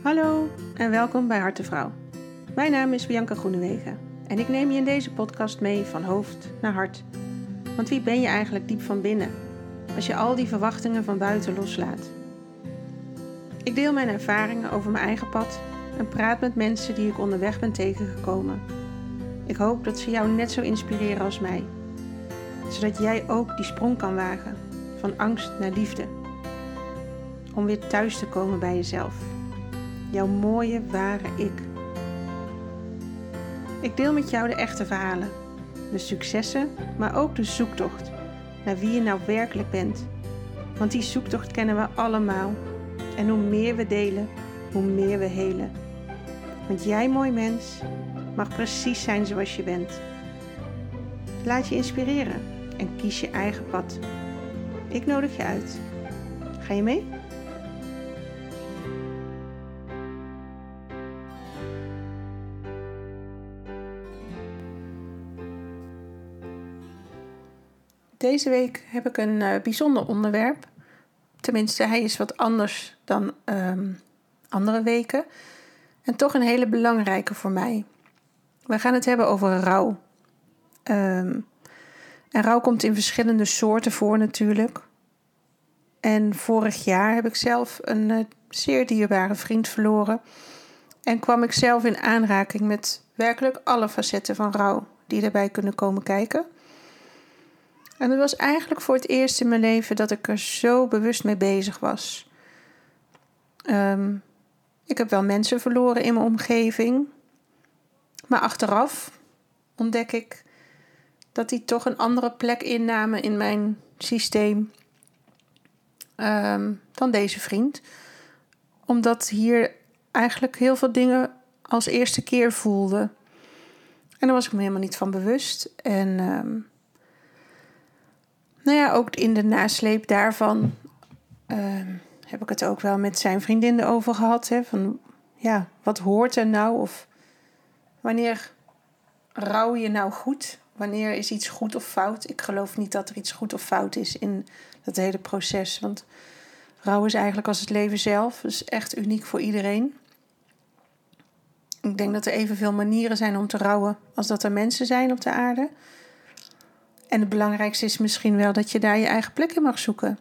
Hallo en welkom bij Hartevrouw. Mijn naam is Bianca Groenewegen en ik neem je in deze podcast mee van hoofd naar hart. Want wie ben je eigenlijk diep van binnen, als je al die verwachtingen van buiten loslaat? Ik deel mijn ervaringen over mijn eigen pad en praat met mensen die ik onderweg ben tegengekomen. Ik hoop dat ze jou net zo inspireren als mij, zodat jij ook die sprong kan wagen van angst naar liefde. Om weer thuis te komen bij jezelf. Jouw mooie, ware ik. Ik deel met jou de echte verhalen, de successen, maar ook de zoektocht naar wie je nou werkelijk bent. Want die zoektocht kennen we allemaal. En hoe meer we delen, hoe meer we helen. Want jij, mooi mens, mag precies zijn zoals je bent. Laat je inspireren en kies je eigen pad. Ik nodig je uit. Ga je mee? Deze week heb ik een bijzonder onderwerp. Tenminste, hij is wat anders dan andere weken. En toch een hele belangrijke voor mij. We gaan het hebben over rouw. En rouw komt in verschillende soorten voor natuurlijk. En vorig jaar heb ik zelf een zeer dierbare vriend verloren. En kwam ik zelf in aanraking met werkelijk alle facetten van rouw die erbij kunnen komen kijken. En het was eigenlijk voor het eerst in mijn leven dat ik er zo bewust mee bezig was. Ik heb wel mensen verloren in mijn omgeving. Maar achteraf ontdek ik dat die toch een andere plek innamen in mijn systeem dan deze vriend. Omdat hier eigenlijk heel veel dingen als eerste keer voelde. En daar was ik me helemaal niet van bewust. En ook in de nasleep daarvan heb ik het ook wel met zijn vriendin over gehad. Hè, van, ja, wat hoort er nou? Of wanneer rouw je nou goed? Wanneer is iets goed of fout? Ik geloof niet dat er iets goed of fout is in dat hele proces. Want rouw is eigenlijk als het leven zelf. Dus echt uniek voor iedereen. Ik denk dat er evenveel manieren zijn om te rouwen als dat er mensen zijn op de aarde. En het belangrijkste is misschien wel dat je daar je eigen plek in mag zoeken.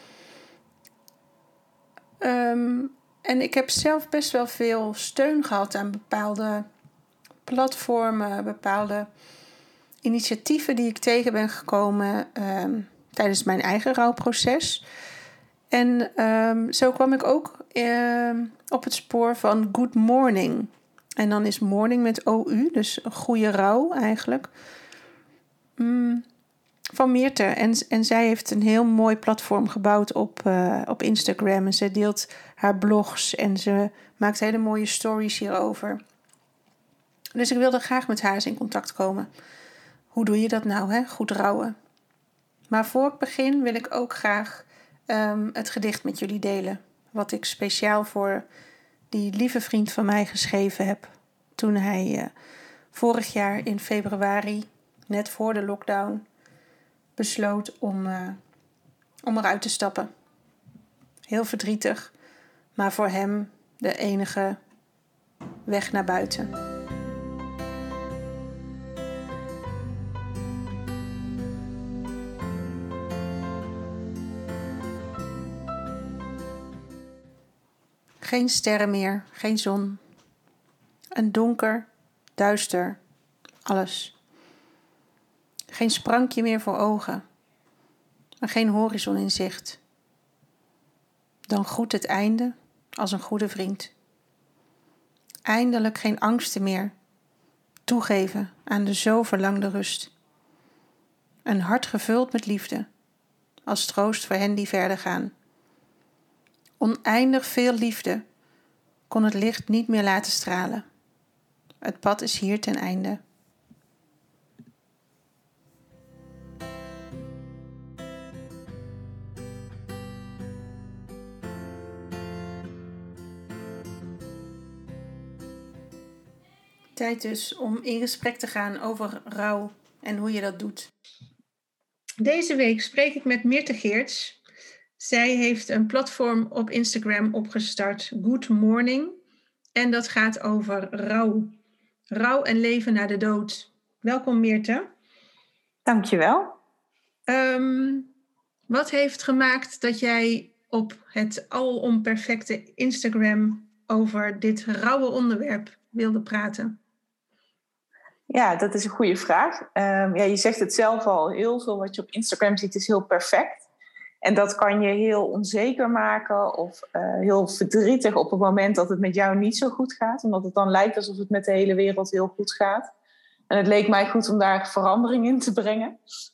En ik heb zelf best wel veel steun gehad aan bepaalde platformen, bepaalde initiatieven die ik tegen ben gekomen tijdens mijn eigen rouwproces. En zo kwam ik ook op het spoor van Good Morning. En dan is morning met OU, dus een goede rouw eigenlijk. Van Meerte. En zij heeft een heel mooi platform gebouwd op Instagram. En ze deelt haar blogs en ze maakt hele mooie stories hierover. Dus ik wilde graag met haar eens in contact komen. Hoe doe je dat nou, hè? Goed rouwen. Maar voor ik begin wil ik ook graag het gedicht met jullie delen. Wat ik speciaal voor die lieve vriend van mij geschreven heb. Toen hij vorig jaar in februari, net voor de lockdown, besloot om eruit te stappen. Heel verdrietig, maar voor hem de enige weg naar buiten. Geen sterren meer, geen zon. Een donker, duister, alles. Geen sprankje meer voor ogen, maar geen horizon in zicht. Dan groet het einde als een goede vriend. Eindelijk geen angsten meer, toegeven aan de zo verlangde rust. Een hart gevuld met liefde, als troost voor hen die verder gaan. Oneindig veel liefde kon het licht niet meer laten stralen. Het pad is hier ten einde. Tijd dus om in gesprek te gaan over rouw en hoe je dat doet. Deze week spreek ik met Meerte Geerts. Zij heeft een platform op Instagram opgestart, Good Morning. En dat gaat over rouw. Rouw en leven na de dood. Welkom Meerte. Dankjewel. Wat heeft gemaakt dat jij op het alom perfecte Instagram over dit rauwe onderwerp wilde praten? Ja, dat is een goede vraag. Je zegt het zelf al, heel veel wat je op Instagram ziet is heel perfect. En dat kan je heel onzeker maken of heel verdrietig op het moment dat het met jou niet zo goed gaat. Omdat het dan lijkt alsof het met de hele wereld heel goed gaat. En het leek mij goed om daar verandering in te brengen.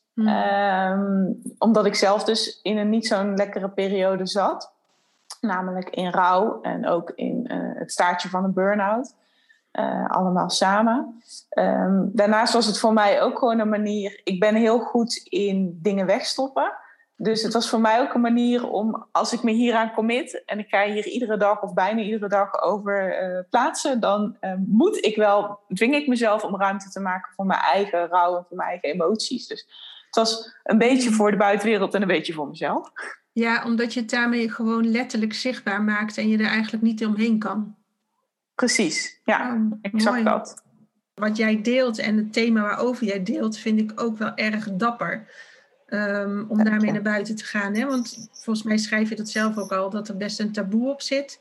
Omdat ik zelf dus in een niet zo'n lekkere periode zat. Namelijk in rouw en ook in het staartje van een burn-out. Allemaal samen. Daarnaast was het voor mij ook gewoon een manier. Ik ben heel goed in dingen wegstoppen. Dus het was voor mij ook een manier om, als ik me hieraan commit en ik ga hier iedere dag of bijna iedere dag over plaatsen, dan dwing ik mezelf om ruimte te maken voor mijn eigen rouw en voor mijn eigen emoties. Dus het was een beetje voor de buitenwereld en een beetje voor mezelf. Ja, omdat je het daarmee gewoon letterlijk zichtbaar maakt en je er eigenlijk niet omheen kan. Precies, ja, exact mooi. Dat. Wat jij deelt en het thema waarover jij deelt, vind ik ook wel erg dapper. Om daarmee naar buiten te gaan. Hè? Want volgens mij schrijf je dat zelf ook al, dat er best een taboe op zit.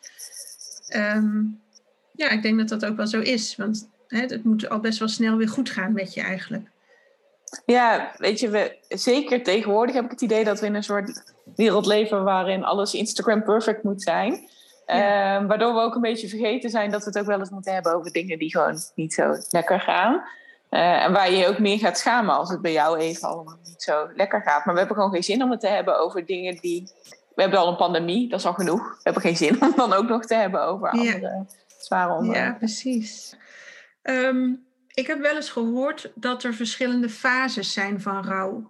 Ik denk dat dat ook wel zo is. Want het moet al best wel snel weer goed gaan met je eigenlijk. Ja, weet je, zeker tegenwoordig heb ik het idee dat we in een soort wereld leven waarin alles Instagram perfect moet zijn. Ja. Waardoor we ook een beetje vergeten zijn dat we het ook wel eens moeten hebben over dingen die gewoon niet zo lekker gaan. En waar je je ook meer gaat schamen als het bij jou even allemaal niet zo lekker gaat. Maar we hebben gewoon geen zin om het te hebben over dingen die... We hebben al een pandemie, dat is al genoeg. We hebben geen zin om dan ook nog te hebben over andere zware onderwerpen. Ja, precies. Ik heb wel eens gehoord dat er verschillende fases zijn van rouw.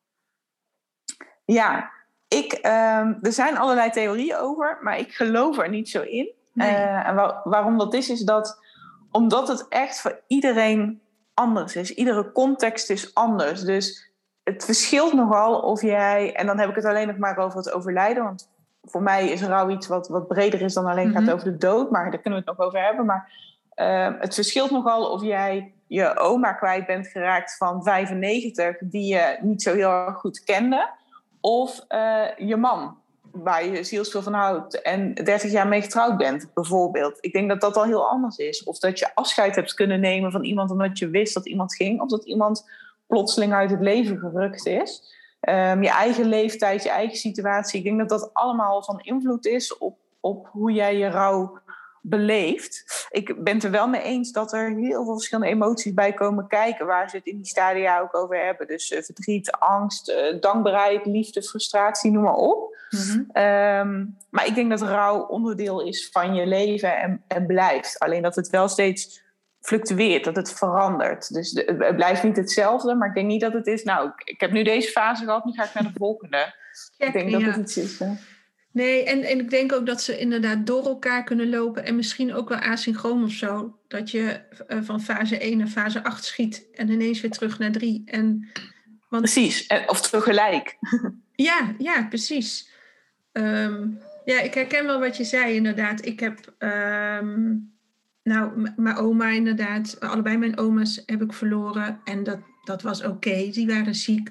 Ja, er zijn allerlei theorieën over, maar ik geloof er niet zo in. Nee. En waarom dat is dat omdat het echt voor iedereen anders is. Iedere context is anders. Dus het verschilt nogal of jij... En dan heb ik het alleen nog maar over het overlijden. Want voor mij is rouw iets wat breder is dan alleen gaat over de dood. Maar daar kunnen we het nog over hebben. Maar het verschilt nogal of jij je oma kwijt bent geraakt van 95... die je niet zo heel erg goed kende. Of je man, waar je zielsveel van houdt en 30 jaar mee getrouwd bent, bijvoorbeeld. Ik denk dat dat al heel anders is. Of dat je afscheid hebt kunnen nemen van iemand omdat je wist dat iemand ging. Of dat iemand plotseling uit het leven gerukt is. Je eigen leeftijd, je eigen situatie. Ik denk dat dat allemaal van invloed is op hoe jij je rouw beleeft. Ik ben het er wel mee eens dat er heel veel verschillende emoties bij komen kijken, waar ze het in die stadia ook over hebben. Dus verdriet, angst, dankbaarheid, liefde, frustratie, noem maar op. Maar ik denk dat rouw onderdeel is van je leven en blijft. Alleen dat het wel steeds fluctueert, dat het verandert. Dus het blijft niet hetzelfde, maar ik denk niet dat het is... Nou, ik heb nu deze fase gehad, nu ga ik naar de volgende. Ik denk dat het iets is... Nee, en ik denk ook dat ze inderdaad door elkaar kunnen lopen en misschien ook wel asynchroon of zo. Dat je van fase 1 naar fase 8 schiet en ineens weer terug naar 3. Precies, of tegelijk. Ja, precies. Ik herken wel wat je zei inderdaad. Ik heb, mijn oma inderdaad, allebei mijn oma's heb ik verloren. En dat was oké, die waren ziek.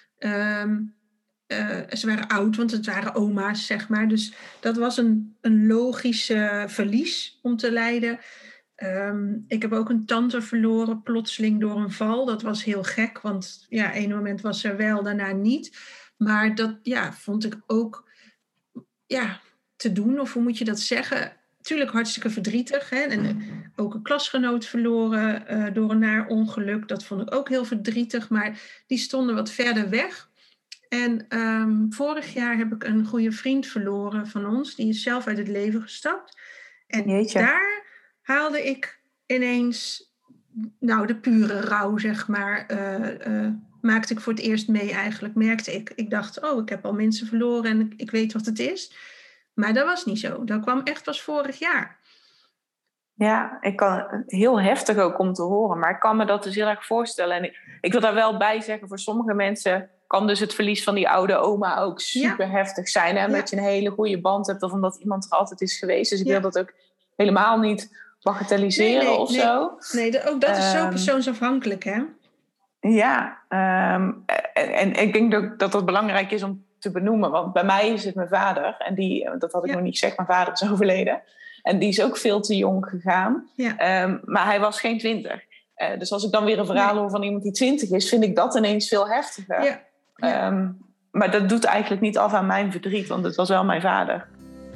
Ze waren oud, want het waren oma's, zeg maar. Dus dat was een logisch verlies om te lijden. Ik heb ook een tante verloren, plotseling door een val. Dat was heel gek, want ene moment was ze wel, daarna niet. Maar dat vond ik ook te doen, of hoe moet je dat zeggen? Tuurlijk hartstikke verdrietig. Hè? En ook een klasgenoot verloren door een naar ongeluk. Dat vond ik ook heel verdrietig, maar die stonden wat verder weg. En vorig jaar heb ik een goede vriend verloren van ons. Die is zelf uit het leven gestapt. En daar haalde ik ineens de pure rouw, zeg maar. Maakte ik voor het eerst mee eigenlijk. Merkte ik. Ik dacht, ik heb al mensen verloren en ik weet wat het is. Maar dat was niet zo. Dat kwam echt pas vorig jaar. Ja, heel heftig ook om te horen. Maar ik kan me dat dus heel erg voorstellen. En ik wil daar wel bij zeggen, voor sommige mensen kan dus het verlies van die oude oma ook super heftig zijn. Hè? Omdat je een hele goede band hebt of omdat iemand er altijd is geweest. Dus ik wil dat ook helemaal niet bagatelliseren of zo. Nee, ook dat is zo persoonsafhankelijk, hè? Ja, en ik denk dat het belangrijk is om te benoemen. Want bij mij is het mijn vader. En dat had ik nog niet gezegd, mijn vader is overleden. En die is ook veel te jong gegaan. Ja. Maar hij was geen 20. Dus als ik dan weer een verhaal hoor van iemand die 20 is, vind ik dat ineens veel heftiger. Ja. Maar dat doet eigenlijk niet af aan mijn verdriet, want het was wel mijn vader.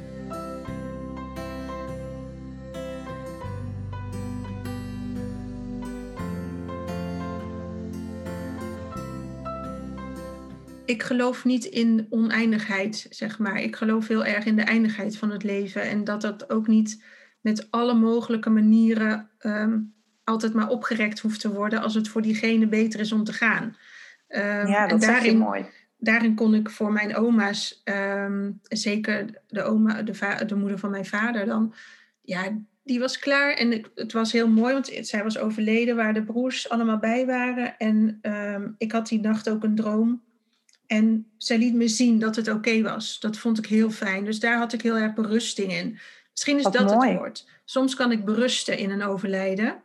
Ik geloof niet in oneindigheid, zeg maar. Ik geloof heel erg in de eindigheid van het leven. En dat ook niet met alle mogelijke manieren altijd maar opgerekt hoeft te worden als het voor diegene beter is om te gaan. Dat zeg je mooi. Daarin kon ik voor mijn oma's, zeker de moeder van mijn vader dan, ja, die was klaar. En het was heel mooi, want zij was overleden waar de broers allemaal bij waren. En ik had die nacht ook een droom. En zij liet me zien dat het oké was. Dat vond ik heel fijn. Dus daar had ik heel erg berusting in. Misschien is dat mooi. Het woord. Soms kan ik berusten in een overlijden.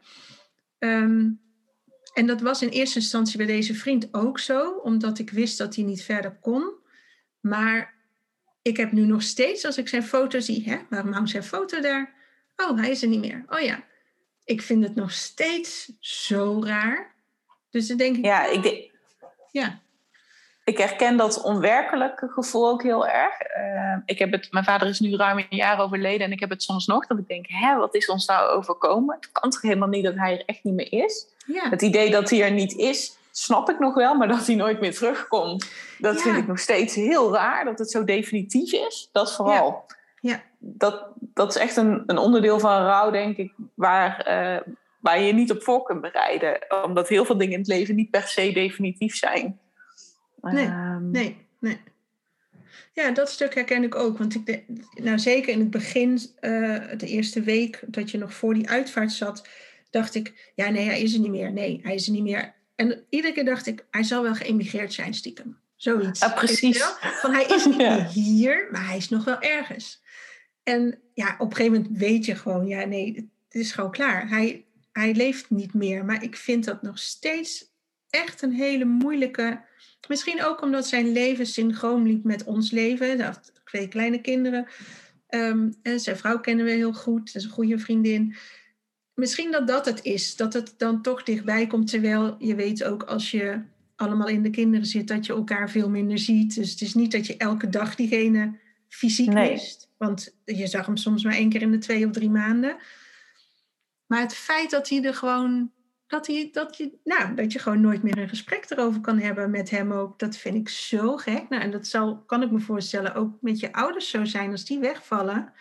En dat was in eerste instantie bij deze vriend ook zo. Omdat ik wist dat hij niet verder kon. Maar ik heb nu nog steeds, als ik zijn foto zie... waarom hangt zijn foto daar? Oh, hij is er niet meer. Oh ja. Ik vind het nog steeds zo raar. Dus dan denk ik... Ja. Ik herken dat onwerkelijke gevoel ook heel erg. Mijn vader is nu ruim een jaar overleden en ik heb het soms nog dat ik denk, wat is ons nou overkomen? Het kan toch helemaal niet dat hij er echt niet meer is? Ja. Het idee dat hij er niet is, snap ik nog wel, maar dat hij nooit meer terugkomt, dat vind ik nog steeds heel raar, dat het zo definitief is. Dat vooral. Ja. Dat is echt een onderdeel van rouw, denk ik, waar je niet op voor kunt bereiden. Omdat heel veel dingen in het leven niet per se definitief zijn. Nee. Ja, dat stuk herken ik ook. Want zeker in het begin, de eerste week dat je nog voor die uitvaart zat, dacht ik, hij is er niet meer. Nee, hij is er niet meer. En iedere keer dacht ik, hij zal wel geëmigreerd zijn stiekem. Zoiets. Ja, precies. Van hij is niet meer hier, maar hij is nog wel ergens. En ja, op een gegeven moment weet je gewoon, het is gewoon klaar. Hij leeft niet meer. Maar ik vind dat nog steeds echt een hele moeilijke... Misschien ook omdat zijn leven synchroon liep met ons leven. Hij had 2 kleine kinderen. En zijn vrouw kennen we heel goed. Dat is een goede vriendin. Misschien dat het is. Dat het dan toch dichtbij komt. Terwijl je weet ook als je allemaal in de kinderen zit... dat je elkaar veel minder ziet. Dus het is niet dat je elke dag diegene fysiek mist. Want je zag hem soms maar 1 keer in de 2 of 3 maanden. Maar het feit dat hij er gewoon... Dat je gewoon nooit meer een gesprek erover kan hebben met hem ook. Dat vind ik zo gek. En dat kan ik me voorstellen, ook met je ouders zo zijn als die wegvallen.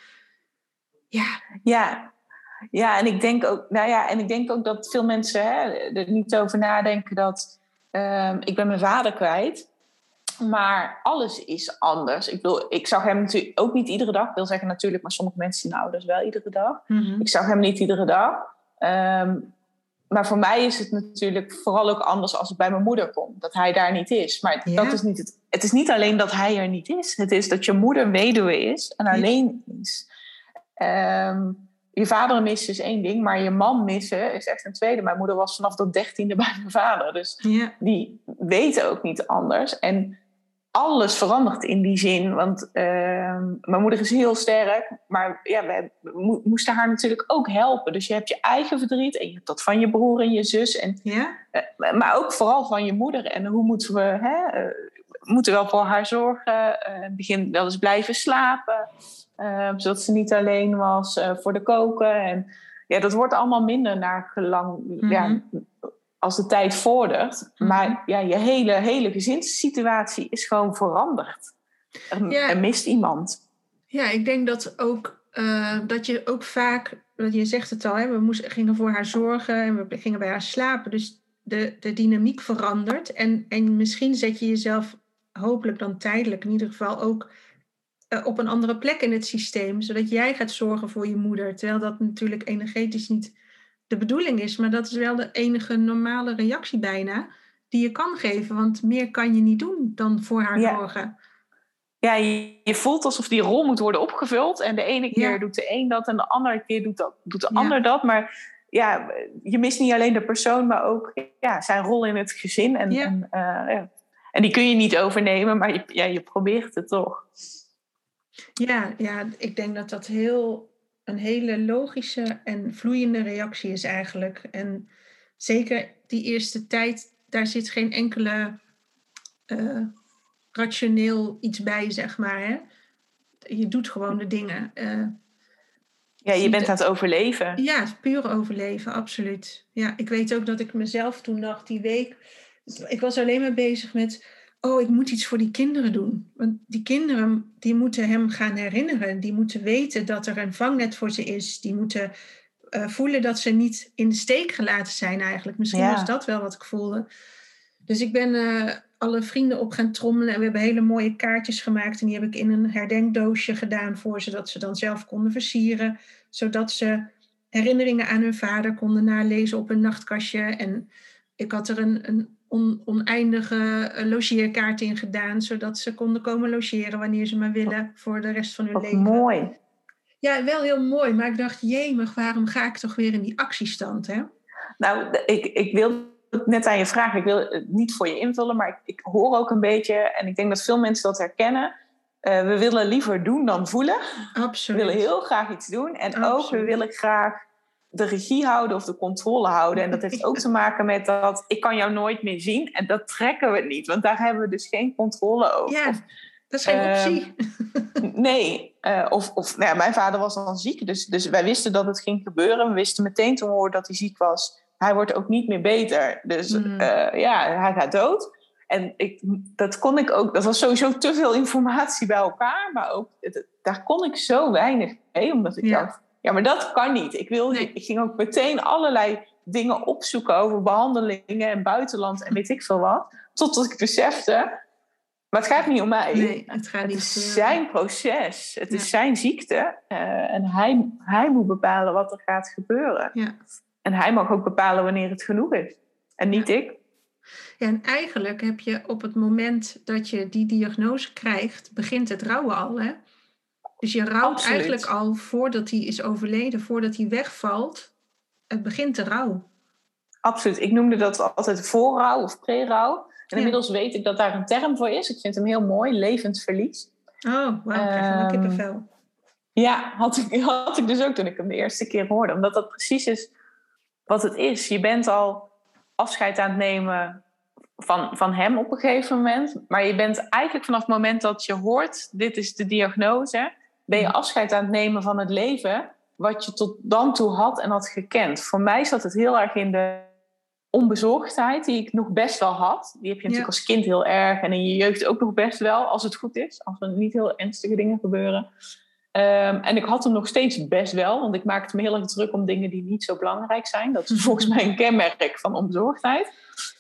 Ja, en ik denk ook dat veel mensen er niet over nadenken dat ik ben mijn vader kwijt. Maar alles is anders. Ik bedoel, ik zag hem natuurlijk ook niet iedere dag. Ik wil zeggen natuurlijk, maar sommige mensen zien ouders wel iedere dag. Mm-hmm. Ik zag hem niet iedere dag. Maar voor mij is het natuurlijk vooral ook anders als het bij mijn moeder komt. Dat hij daar niet is. Maar dat is niet het is niet alleen dat hij er niet is. Het is dat je moeder weduwe is en alleen is. Je vader missen is 1 ding, maar je man missen is echt een tweede. Mijn moeder was vanaf de 13e bij mijn vader. Dus die weten ook niet anders. En alles verandert in die zin. Want mijn moeder is heel sterk. Maar we moesten haar natuurlijk ook helpen. Dus je hebt je eigen verdriet. En je hebt dat van je broer en je zus. Maar ook vooral van je moeder. En hoe moeten we... we moeten wel voor haar zorgen. In het begin wel eens blijven slapen. Zodat ze niet alleen was voor de koken. En dat wordt allemaal minder naar gelang... Mm-hmm. Als de tijd vordert. Mm-hmm. Maar je hele gezinssituatie is gewoon veranderd. Er mist iemand. Ja, ik denk dat ook... dat je ook vaak... Je zegt het al, gingen voor haar zorgen. En we gingen bij haar slapen. Dus de dynamiek verandert. En misschien zet je jezelf... hopelijk dan tijdelijk in ieder geval ook... op een andere plek in het systeem. Zodat jij gaat zorgen voor je moeder. Terwijl dat natuurlijk energetisch niet... de bedoeling is, maar dat is wel de enige normale reactie bijna die je kan geven, want meer kan je niet doen dan voor haar zorgen. je voelt alsof die rol moet worden opgevuld. En de ene keer doet de een dat en de andere keer doet de ander dat. Maar ja, je mist niet alleen de persoon, maar ook zijn rol in het gezin. En die kun je niet overnemen, maar je probeert het toch. Ja, ik denk dat dat een hele logische en vloeiende reactie is eigenlijk. En zeker die eerste tijd, daar zit geen enkele rationeel iets bij, zeg maar. Hè? Je doet gewoon de dingen. Je bent aan het overleven. Ja, puur overleven, absoluut. Ja, ik weet ook dat ik mezelf toen dacht, die week... Ik was alleen maar bezig met... ik moet iets voor die kinderen doen. Want die kinderen, die moeten hem gaan herinneren. Die moeten weten dat er een vangnet voor ze is. Die moeten voelen dat ze niet in de steek gelaten zijn eigenlijk. Misschien was dat wel wat ik voelde. Dus ik ben alle vrienden op gaan trommelen. En we hebben hele mooie kaartjes gemaakt. En die heb ik in een herdenkdoosje gedaan voor ze. Dat ze dan zelf konden versieren. Zodat ze herinneringen aan hun vader konden nalezen op een nachtkastje. En ik had er een oneindige logeerkaart in gedaan. Zodat ze konden komen logeren wanneer ze maar willen. Voor de rest van hun leven. Mooi. Ja, wel heel mooi. Maar ik dacht, jemig, waarom ga ik toch weer in die actiestand, hè? Nou, ik wil het net aan je vragen. Ik wil het niet voor je invullen, maar ik hoor ook een beetje... en ik denk dat veel mensen dat herkennen... we willen liever doen dan voelen. Absoluut. We willen heel graag iets doen. En ook, we willen graag de regie houden of de controle houden. En dat heeft ook te maken met dat... ik kan jou nooit meer zien. En dat trekken we niet, want daar hebben we dus geen controle over. Ja, dat is geen optie. Nee. Mijn vader was dan ziek. Dus wij wisten dat het ging gebeuren. We wisten meteen toen we hoorden dat hij ziek was... hij wordt ook niet meer beter. Dus hij gaat dood. En dat kon ik ook... dat was sowieso te veel informatie bij elkaar. Maar ook, daar kon ik zo weinig mee. Omdat ik dacht, maar dat kan niet. Ik ging ook meteen allerlei dingen opzoeken... over behandelingen en buitenland en weet ik veel wat. Totdat ik besefte... maar het gaat niet om mij. Nee, het gaat niet. Het is zijn proces. Het is zijn ziekte. En hij moet bepalen wat er gaat gebeuren. Ja. En hij mag ook bepalen wanneer het genoeg is. En niet ik. Ja, en eigenlijk heb je op het moment dat je die diagnose krijgt... begint het rouwen al, hè? Dus je rouwt eigenlijk al voordat hij is overleden... voordat hij wegvalt. Het begint te rouwen. Absoluut. Ik noemde dat altijd voorrouw of pre-rouw. En inmiddels weet ik dat daar een term voor is. Ik vind hem heel mooi. Levend verlies. Oh, wauw. Krijg je een kippenvel. Ja, had ik dus ook toen ik hem de eerste keer hoorde. Omdat dat precies is wat het is. Je bent al afscheid aan het nemen van hem op een gegeven moment. Maar je bent eigenlijk vanaf het moment dat je hoort... dit is de diagnose... ben je afscheid aan het nemen van het leven... wat je tot dan toe had en had gekend. Voor mij zat het heel erg in de onbezorgdheid... die ik nog best wel had. Die heb je natuurlijk als kind heel erg... en in je jeugd ook nog best wel, als het goed is. Als er niet heel ernstige dingen gebeuren... en ik had hem nog steeds best wel, want ik maakte me heel erg druk om dingen die niet zo belangrijk zijn. Dat is volgens mij een kenmerk van onbezorgdheid.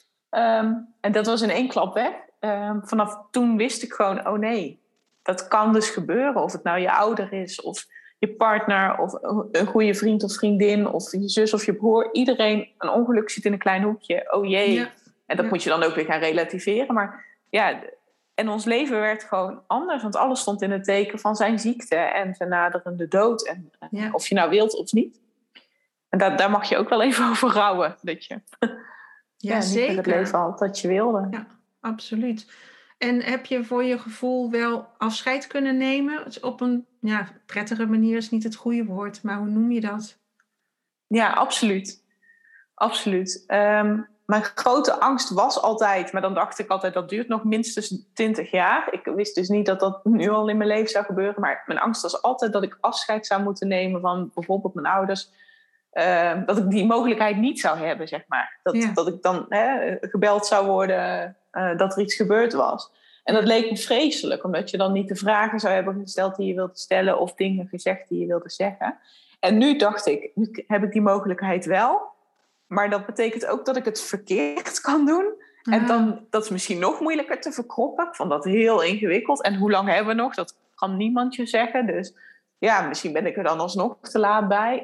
En dat was in één klap weg. Vanaf toen wist ik gewoon, oh nee, dat kan dus gebeuren. Of het nou je ouder is, of je partner, of een goede vriend of vriendin, of je zus of je broer. Iedereen een ongeluk ziet in een klein hoekje. Oh jee. Ja. En dat moet je dan ook weer gaan relativeren. Maar ja... En ons leven werd gewoon anders. Want alles stond in het teken van zijn ziekte. En zijn naderende dood. En of je nou wilt of niet. En daar mag je ook wel even over rouwen. Dat je niet zeker. Het leven had dat je wilde. Ja, absoluut. En heb je voor je gevoel wel afscheid kunnen nemen? Op een prettige manier is niet het goede woord. Maar hoe noem je dat? Ja, absoluut. Absoluut. Mijn grote angst was altijd, maar dan dacht ik altijd... dat duurt nog minstens 20 jaar. Ik wist dus niet dat dat nu al in mijn leven zou gebeuren. Maar mijn angst was altijd dat ik afscheid zou moeten nemen... van bijvoorbeeld mijn ouders. Dat ik die mogelijkheid niet zou hebben, zeg maar. Dat ik dan gebeld zou worden dat er iets gebeurd was. En dat leek me vreselijk, omdat je dan niet de vragen zou hebben gesteld... die je wilde stellen of dingen gezegd die je wilde zeggen. En nu dacht ik, nu heb ik die mogelijkheid wel... Maar dat betekent ook dat ik het verkeerd kan doen. En dan, dat is misschien nog moeilijker te verkroppen. Ik vond dat heel ingewikkeld. En hoe lang hebben we nog? Dat kan niemand je zeggen. Dus ja, misschien ben ik er dan alsnog te laat bij.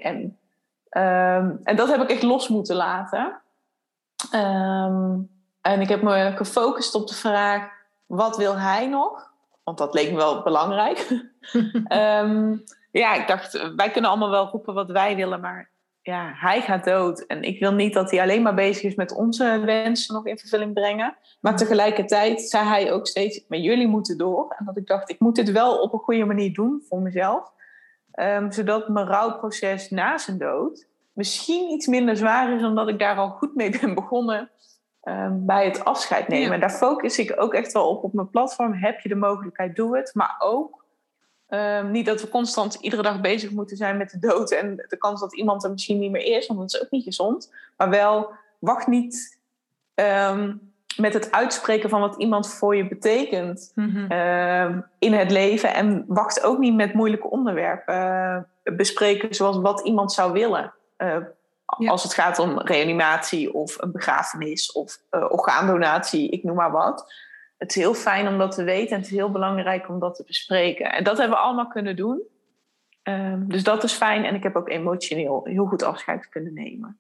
En dat heb ik echt los moeten laten. En ik heb me gefocust op de vraag... wat wil hij nog? Want dat leek me wel belangrijk. Ik dacht, wij kunnen allemaal wel roepen wat wij willen, maar ja, hij gaat dood. En ik wil niet dat hij alleen maar bezig is met onze wensen nog in vervulling brengen. Maar tegelijkertijd zei hij ook steeds, maar jullie moeten door. En dat ik dacht, ik moet dit wel op een goede manier doen voor mezelf. Zodat mijn rouwproces na zijn dood misschien iets minder zwaar is, omdat ik daar al goed mee ben begonnen bij het afscheid nemen. En daar focus ik ook echt wel op mijn platform. Heb je de mogelijkheid, doe het. Maar ook niet dat we constant iedere dag bezig moeten zijn met de dood en de kans dat iemand er misschien niet meer is, want dat is ook niet gezond. Maar wel, wacht niet met het uitspreken van wat iemand voor je betekent in het leven. En wacht ook niet met moeilijke onderwerpen bespreken zoals wat iemand zou willen. Als het gaat om reanimatie of een begrafenis of orgaandonatie, ik noem maar wat. Het is heel fijn om dat te weten en het is heel belangrijk om dat te bespreken. En dat hebben we allemaal kunnen doen. Dus dat is fijn en ik heb ook emotioneel heel goed afscheid kunnen nemen.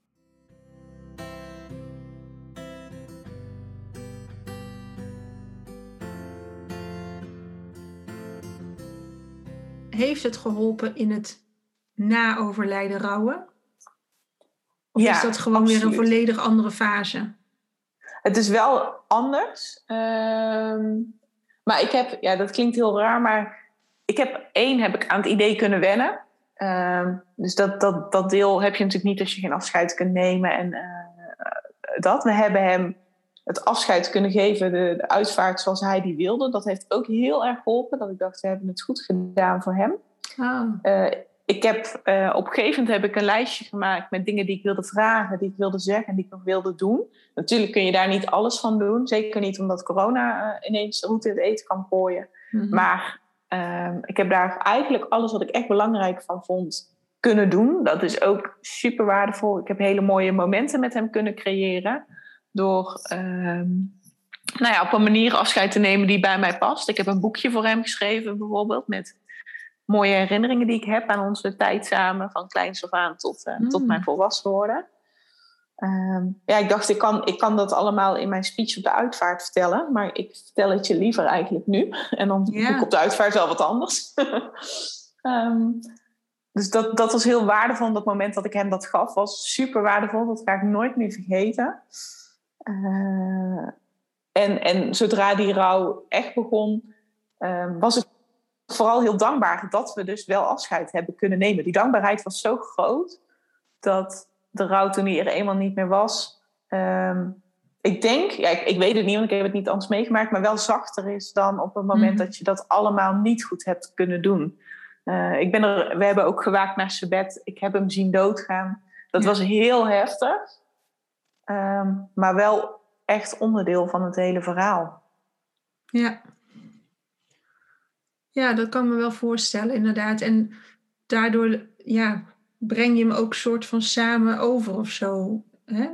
Heeft het geholpen in het na-overlijden rouwen? Of is dat gewoon absoluut weer een volledig andere fase? Het is wel anders. Maar ik heb, dat klinkt heel raar, maar ik heb aan het idee kunnen wennen. Dus dat deel heb je natuurlijk niet als je geen afscheid kunt nemen. En we hebben hem het afscheid kunnen geven, de uitvaart zoals hij die wilde. Dat heeft ook heel erg geholpen. Dat ik dacht, we hebben het goed gedaan voor hem. Ik heb op een gegeven moment heb ik een lijstje gemaakt met dingen die ik wilde vragen, die ik wilde zeggen en die ik nog wilde doen. Natuurlijk kun je daar niet alles van doen. Zeker niet omdat corona ineens de route in het eten kan gooien. Mm-hmm. Maar ik heb daar eigenlijk alles wat ik echt belangrijk van vond kunnen doen. Dat is ook super waardevol. Ik heb hele mooie momenten met hem kunnen creëren. Door op een manier afscheid te nemen die bij mij past. Ik heb een boekje voor hem geschreven bijvoorbeeld met mooie herinneringen die ik heb aan onze tijd samen. Van kleins af aan tot mijn volwassen worden. Ik dacht, ik kan dat allemaal in mijn speech op de uitvaart vertellen. Maar ik vertel het je liever eigenlijk nu. En dan doe ik op de uitvaart wel wat anders. Dus dat was heel waardevol. Dat moment dat ik hem dat gaf was super waardevol. Dat ga ik nooit meer vergeten. En zodra die rouw echt begon, was ik vooral heel dankbaar dat we dus wel afscheid hebben kunnen nemen. Die dankbaarheid was zo groot dat de rouw toen hij er eenmaal niet meer was, ik denk, ik weet het niet, want ik heb het niet anders meegemaakt, maar wel zachter is dan op het moment dat je dat allemaal niet goed hebt kunnen doen. We hebben ook gewaakt naar zijn bed. Ik heb hem zien doodgaan. Dat was heel heftig. Maar wel echt onderdeel van het hele verhaal. Ja. Ja, dat kan me wel voorstellen, inderdaad. En daardoor breng je hem ook soort van samen over of zo. Hè?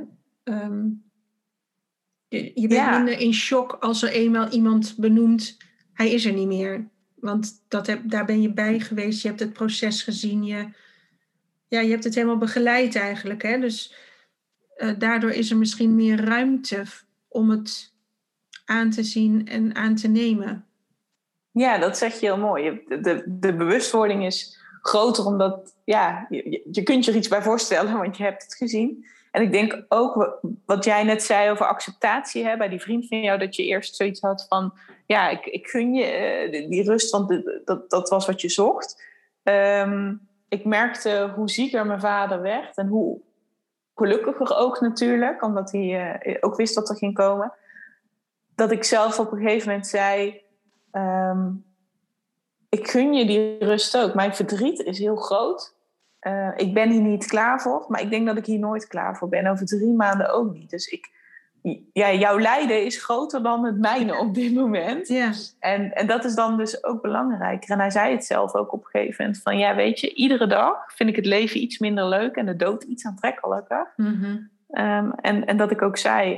Je bent minder in shock als er eenmaal iemand benoemt, hij is er niet meer. Want daar ben je bij geweest, je hebt het proces gezien, je hebt het helemaal begeleid eigenlijk. Hè? Dus daardoor is er misschien meer ruimte om het aan te zien en aan te nemen. Ja, dat zeg je heel mooi. De bewustwording is groter omdat je kunt je er iets bij voorstellen, want je hebt het gezien. En ik denk ook wat jij net zei over acceptatie, bij die vriend van jou, dat je eerst zoiets had van, ik gun je die rust, want dat was wat je zocht. Ik merkte hoe zieker mijn vader werd en hoe gelukkiger ook natuurlijk, omdat hij ook wist dat er ging komen. Dat ik zelf op een gegeven moment zei, ik gun je die rust ook. Mijn verdriet is heel groot. Ik ben hier niet klaar voor, maar ik denk dat ik hier nooit klaar voor ben. Over 3 maanden ook niet. Dus jouw lijden is groter dan het mijne op dit moment. Ja. En dat is dan dus ook belangrijker. En hij zei het zelf ook op een gegeven moment van, weet je, iedere dag vind ik het leven iets minder leuk en de dood iets aantrekkelijker. Mm-hmm. En dat ik ook zei,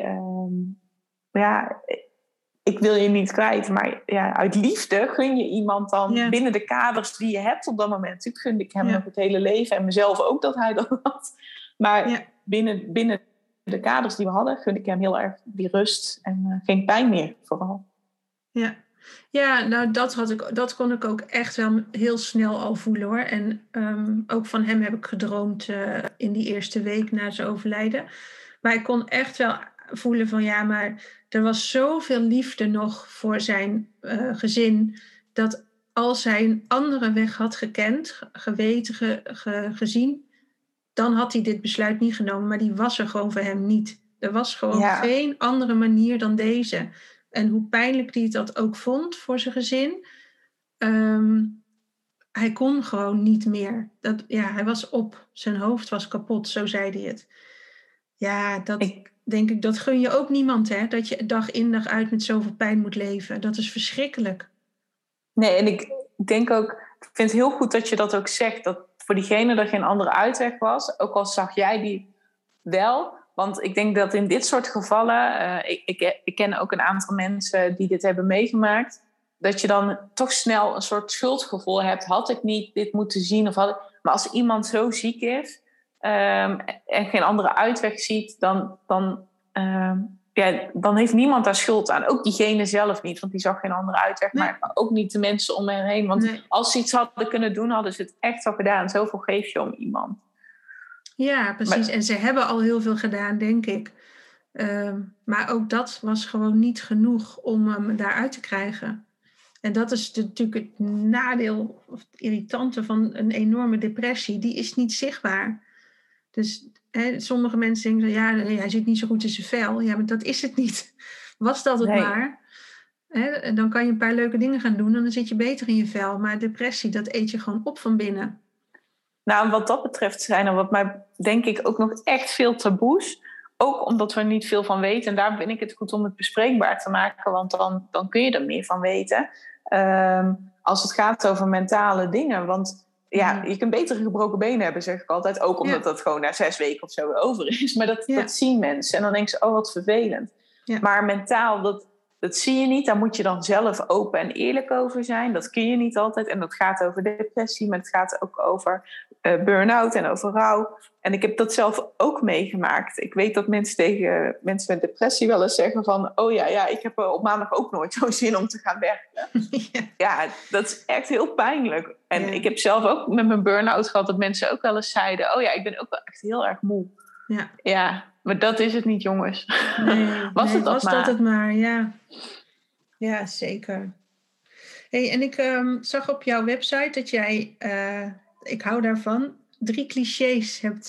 ik wil je niet kwijt, maar uit liefde gun je iemand dan binnen de kaders die je hebt op dat moment. Natuurlijk gunde ik hem nog het hele leven en mezelf ook dat hij dat had. Maar binnen de kaders die we hadden, gun ik hem heel erg die rust en geen pijn meer vooral. Ja, Ja, nou dat kon ik ook echt wel heel snel al voelen hoor. En ook van hem heb ik gedroomd in die eerste week na zijn overlijden. Maar ik kon echt wel voelen van ja, maar er was zoveel liefde nog voor zijn gezin. Dat als hij een andere weg had gekend, geweten, gezien, dan had hij dit besluit niet genomen. Maar die was er gewoon voor hem niet. Er was gewoon geen andere manier dan deze. En hoe pijnlijk hij dat ook vond voor zijn gezin. Hij kon gewoon niet meer. Hij was op. Zijn hoofd was kapot, zo zei hij het. Ja, denk ik, dat gun je ook niemand, hè? Dat je dag in dag uit met zoveel pijn moet leven. Dat is verschrikkelijk. Nee, en ik denk ook, ik vind het heel goed dat je dat ook zegt, dat voor diegene er geen andere uitweg was, ook al zag jij die wel. Want ik denk dat in dit soort gevallen, ik ken ook een aantal mensen die dit hebben meegemaakt, dat je dan toch snel een soort schuldgevoel hebt. Had ik niet dit moeten zien? Maar als iemand zo ziek is en geen andere uitweg ziet, dan heeft niemand daar schuld aan. Ook diegene zelf niet, want die zag geen andere uitweg. Nee. Maar ook niet de mensen om hen heen. Want als ze iets hadden kunnen doen, hadden ze het echt wel gedaan. Zoveel geef je om iemand. Ja, precies. En ze hebben al heel veel gedaan, denk ik. Maar ook dat was gewoon niet genoeg om hem daaruit te krijgen. En dat is natuurlijk het nadeel of het irritante van een enorme depressie. Die is niet zichtbaar. Dus sommige mensen denken, hij zit niet zo goed in zijn vel. Ja, maar dat is het niet. Was dat het maar. Dan kan je een paar leuke dingen gaan doen en dan zit je beter in je vel. Maar depressie, dat eet je gewoon op van binnen. Nou, en wat dat betreft zijn er wat mij denk ik ook nog echt veel taboes. Ook omdat we er niet veel van weten. En daarom vind ik het goed om het bespreekbaar te maken. Want dan kun je er meer van weten. Als het gaat over mentale dingen. Want je kunt beter gebroken benen hebben, zeg ik altijd. Ook omdat dat gewoon na 6 weken of zo weer over is. Maar dat zien mensen. En dan denken ze, oh wat vervelend. Ja. Maar mentaal, dat zie je niet. Daar moet je dan zelf open en eerlijk over zijn. Dat kun je niet altijd. En dat gaat over depressie. Maar het gaat ook over burn-out en over rouw. En ik heb dat zelf ook meegemaakt. Ik weet dat mensen tegen mensen met depressie wel eens zeggen van... oh ja, ik heb op maandag ook nooit zo'n zin om te gaan werken. Ja, dat is echt heel pijnlijk. En ik heb zelf ook met mijn burn-out gehad... dat mensen ook wel eens zeiden... oh ja, ik ben ook wel echt heel erg moe. Ja, maar dat is het niet, jongens. Was dat het maar, ja. Ja, zeker. Hey, en ik zag op jouw website dat jij... ik hou daarvan... 3 clichés hebt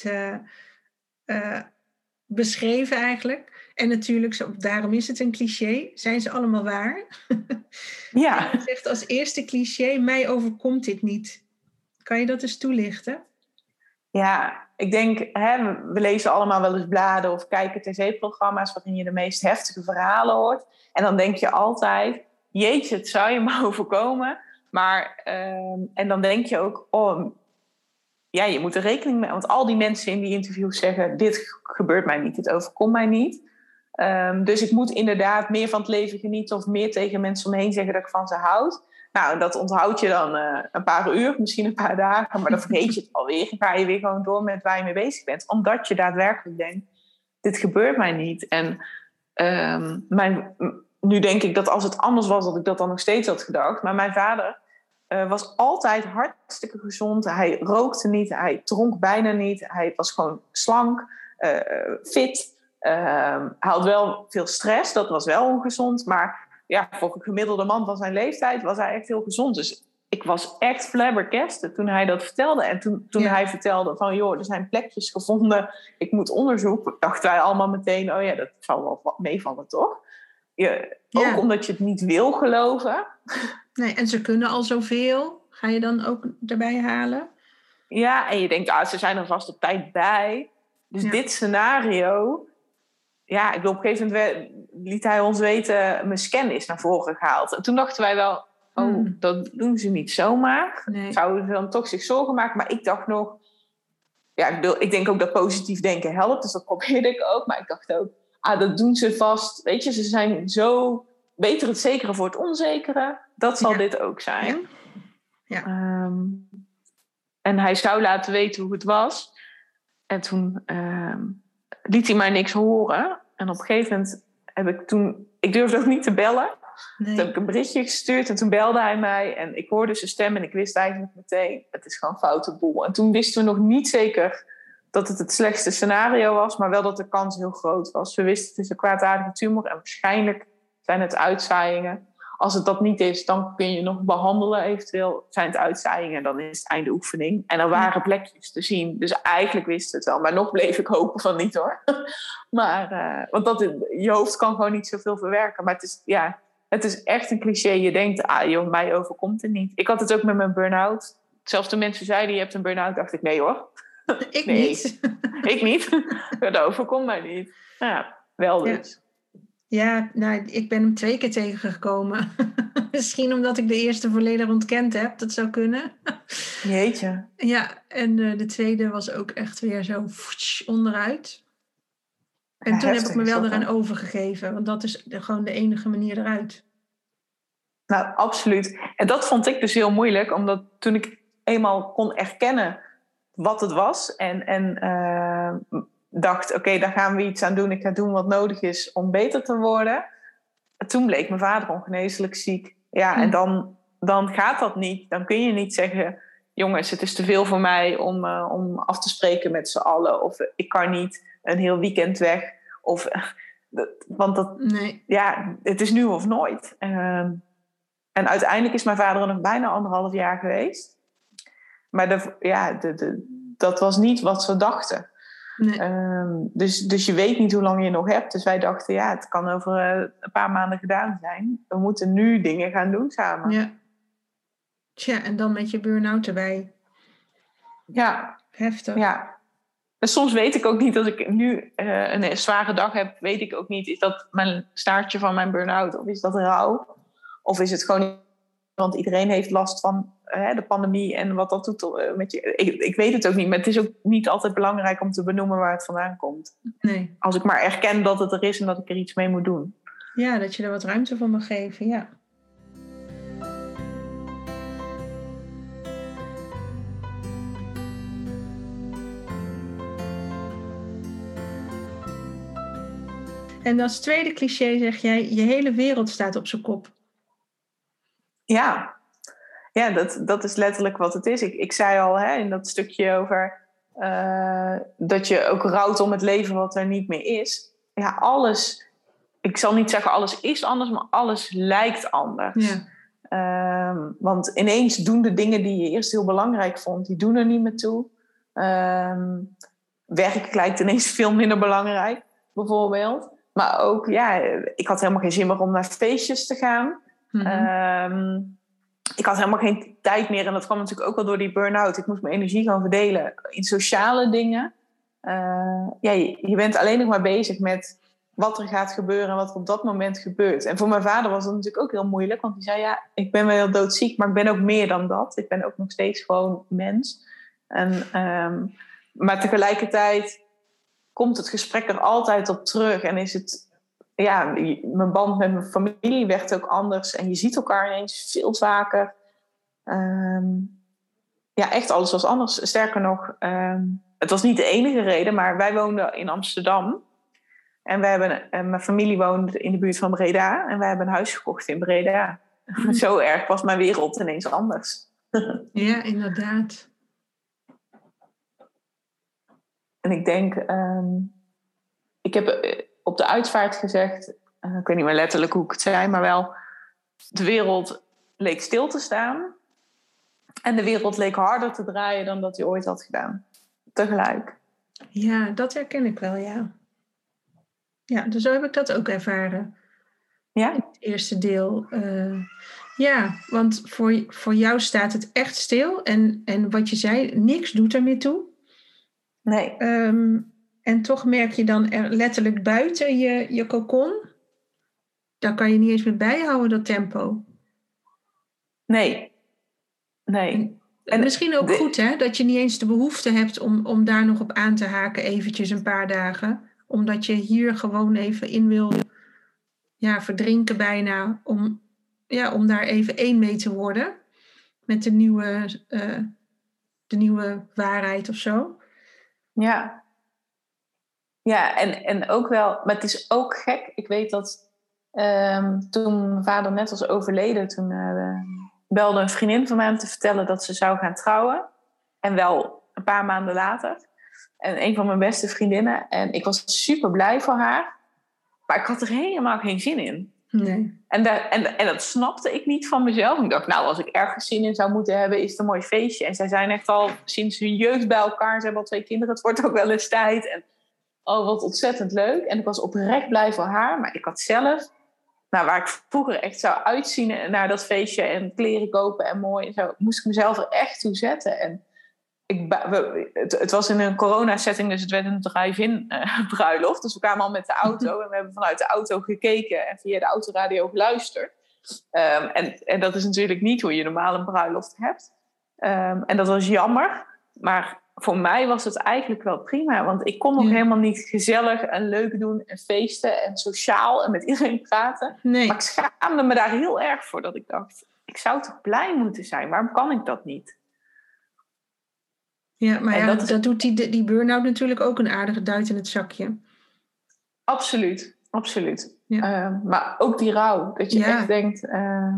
beschreven eigenlijk. En natuurlijk, daarom is het een cliché. Zijn ze allemaal waar? Ja. Je zegt als eerste cliché, mij overkomt dit niet. Kan je dat eens toelichten? Ja, ik denk, we lezen allemaal wel eens bladen of kijken tv-programma's waarin je de meest heftige verhalen hoort. En dan denk je altijd, jeetje, het zou je maar overkomen. Maar, en dan denk je ook, je moet er rekening mee. Want al die mensen in die interviews zeggen, dit gebeurt mij niet, dit overkomt mij niet. Dus ik moet inderdaad meer van het leven genieten of meer tegen mensen omheen zeggen dat ik van ze houd. Nou, dat onthoud je dan een paar uur, misschien een paar dagen, maar dan vergeet je het alweer. Dan ga je weer gewoon door met waar je mee bezig bent. Omdat je daadwerkelijk denkt, dit gebeurt mij niet. En nu denk ik dat als het anders was, dat ik dat dan nog steeds had gedacht. Maar mijn vader was altijd hartstikke gezond. Hij rookte niet, hij dronk bijna niet. Hij was gewoon slank, fit. Hij had wel veel stress, dat was wel ongezond. Maar voor een gemiddelde man van zijn leeftijd was hij echt heel gezond. Dus ik was echt flabbergasted toen hij dat vertelde. En toen hij vertelde van, joh, er zijn plekjes gevonden. Ik moet onderzoek. Dachten wij allemaal meteen, dat zal wel meevallen, toch? Ook omdat je het niet wil geloven. Nee, en ze kunnen al zoveel. Ga je dan ook erbij halen? Ja, en je denkt, ze zijn er vast op tijd bij. Dus dit scenario... Ja, ik bedoel, op een gegeven moment liet hij ons weten... mijn scan is naar voren gehaald. En toen dachten wij wel... dat doen ze niet zomaar. Nee. Zouden ze dan toch zich zorgen maken? Maar ik dacht nog... Ja, ik denk ook dat positief denken helpt. Dus dat probeerde ik ook. Maar ik dacht ook... dat doen ze vast. Weet je, ze zijn zo... beter het zekere voor het onzekere. Dat zal dit ook zijn. Ja. En hij zou laten weten hoe het was. En toen... liet hij mij niks horen. En op een gegeven moment ik durfde ook niet te bellen. Nee. Toen heb ik een berichtje gestuurd en toen belde hij mij. En ik hoorde zijn stem en ik wist eigenlijk meteen, het is gewoon foute boel. En toen wisten we nog niet zeker dat het slechtste scenario was, maar wel dat de kans heel groot was. We wisten het is een kwaadaardige tumor en waarschijnlijk zijn het uitzaaiingen. Als het dat niet is, dan kun je nog behandelen. Eventueel zijn het uitzaaiingen, dan is het einde oefening. En er waren plekjes te zien. Dus eigenlijk wisten we het wel. Maar nog bleef ik hopen van niet hoor. Maar, want je hoofd kan gewoon niet zoveel verwerken. Maar het is echt een cliché. Je denkt, joh, mij overkomt het niet. Ik had het ook met mijn burn-out. Zelfs de mensen zeiden, je hebt een burn-out. Dacht ik, nee hoor. Ik niet. Ik niet. Dat overkomt mij niet. Ja, wel dus. Ja, nou, ik ben hem 2 keer tegengekomen. Misschien omdat ik de eerste volledig ontkend heb. Dat zou kunnen. Jeetje. Ja, en de tweede was ook echt weer zo onderuit. En toen heb ik me wel eraan overgegeven. Want dat is gewoon de enige manier eruit. Nou, absoluut. En dat vond ik dus heel moeilijk. Omdat toen ik eenmaal kon erkennen wat het was. En dacht, oké, daar gaan we iets aan doen. Ik ga doen wat nodig is om beter te worden. Toen bleek mijn vader ongeneeslijk ziek. Ja, en dan gaat dat niet. Dan kun je niet zeggen, jongens, het is te veel voor mij om af te spreken met z'n allen. Of ik kan niet een heel weekend weg. Want het is nu of nooit. En uiteindelijk is mijn vader er nog bijna 1,5 jaar geweest. Maar dat was niet wat ze dachten. Nee. Dus je weet niet hoe lang je nog hebt. Dus wij dachten, het kan over een paar maanden gedaan zijn. We moeten nu dingen gaan doen samen. Ja. Tja, en dan met je burn-out erbij. Ja. Heftig. Ja. En soms weet ik ook niet, als ik nu een zware dag heb, weet ik ook niet, is dat mijn staartje van mijn burn-out? Of is dat rouw? Of is het gewoon, want iedereen heeft last van de pandemie en wat dat doet met je. Ik weet het ook niet, maar het is ook niet altijd belangrijk om te benoemen waar het vandaan komt. Nee. Als ik maar erken dat het er is en dat ik er iets mee moet doen. Ja, dat je er wat ruimte voor mag geven, ja. En als tweede cliché zeg jij, je hele wereld staat op zijn kop. Ja, dat is letterlijk wat het is. Ik zei al in dat stukje over dat je ook rouwt om het leven wat er niet meer is. Ja, alles, ik zal niet zeggen alles is anders, maar alles lijkt anders. Ja. Want ineens doen de dingen die je eerst heel belangrijk vond, die doen er niet meer toe. Werk lijkt ineens veel minder belangrijk, bijvoorbeeld. Maar ook, ik had helemaal geen zin meer om naar feestjes te gaan. Mm-hmm. Ik had helemaal geen tijd meer. En dat kwam natuurlijk ook wel door die burn-out. Ik moest mijn energie gaan verdelen in sociale dingen. Je bent alleen nog maar bezig met wat er gaat gebeuren en wat er op dat moment gebeurt. En voor mijn vader was dat natuurlijk ook heel moeilijk. Want hij zei, ik ben wel heel doodziek, maar ik ben ook meer dan dat. Ik ben ook nog steeds gewoon mens. Maar tegelijkertijd komt het gesprek er altijd op terug. En is het... mijn band met mijn familie werd ook anders. En je ziet elkaar ineens veel vaker. Echt alles was anders. Sterker nog, het was niet de enige reden. Maar wij woonden in Amsterdam. En mijn familie woonde in de buurt van Breda. En wij hebben een huis gekocht in Breda. Zo erg was mijn wereld ineens anders. Ja, inderdaad. En ik denk... ik heb op de uitvaart gezegd... ik weet niet meer letterlijk hoe ik het zei... maar wel... de wereld leek stil te staan... en de wereld leek harder te draaien... dan dat hij ooit had gedaan. Tegelijk. Ja, dat herken ik wel, ja. Ja, dus zo heb ik dat ook ervaren. Ja? Het eerste deel. Want voor jou staat het echt stil. En wat je zei, niks doet er meer toe. Nee. En toch merk je dan letterlijk buiten je cocon. Daar kan je niet eens meer bijhouden, dat tempo. Nee. En misschien ook goed, hè? Dat je niet eens de behoefte hebt om daar nog op aan te haken eventjes een paar dagen. Omdat je hier gewoon even in wil verdrinken bijna. Om daar even één mee te worden. Met de nieuwe waarheid of zo. Ja, en ook wel... Maar het is ook gek. Ik weet dat Toen mijn vader net was overleden, toen belde een vriendin van mij om te vertellen dat ze zou gaan trouwen. En wel een paar maanden later. En een van mijn beste vriendinnen. En ik was super blij voor haar. Maar ik had er helemaal geen zin in. Nee. En dat snapte ik niet van mezelf. Ik dacht, als ik ergens zin in zou moeten hebben, is het een mooi feestje. En zij zijn echt al sinds hun jeugd bij elkaar. Ze hebben al 2 kinderen. Het wordt ook wel eens tijd. En wat ontzettend leuk. En ik was oprecht blij voor haar. Maar ik had zelf, waar ik vroeger echt zou uitzien naar dat feestje en kleren kopen en mooi en zo, moest ik mezelf er echt toe zetten. En het was in een corona-setting, dus het werd een drive-in bruiloft. Dus we kwamen al met de auto en we hebben vanuit de auto gekeken en via de autoradio geluisterd. En dat is natuurlijk niet hoe je normaal een bruiloft hebt. En dat was jammer, maar voor mij was het eigenlijk wel prima. Want ik kon nog helemaal niet gezellig en leuk doen en feesten en sociaal en met iedereen praten. Nee. Maar ik schaamde me daar heel erg voor, dat ik dacht, ik zou toch blij moeten zijn? Waarom kan ik dat niet? Ja, maar dat doet die burn-out natuurlijk ook een aardige duit in het zakje. Absoluut, absoluut. Ja. Maar ook die rouw, dat je echt denkt,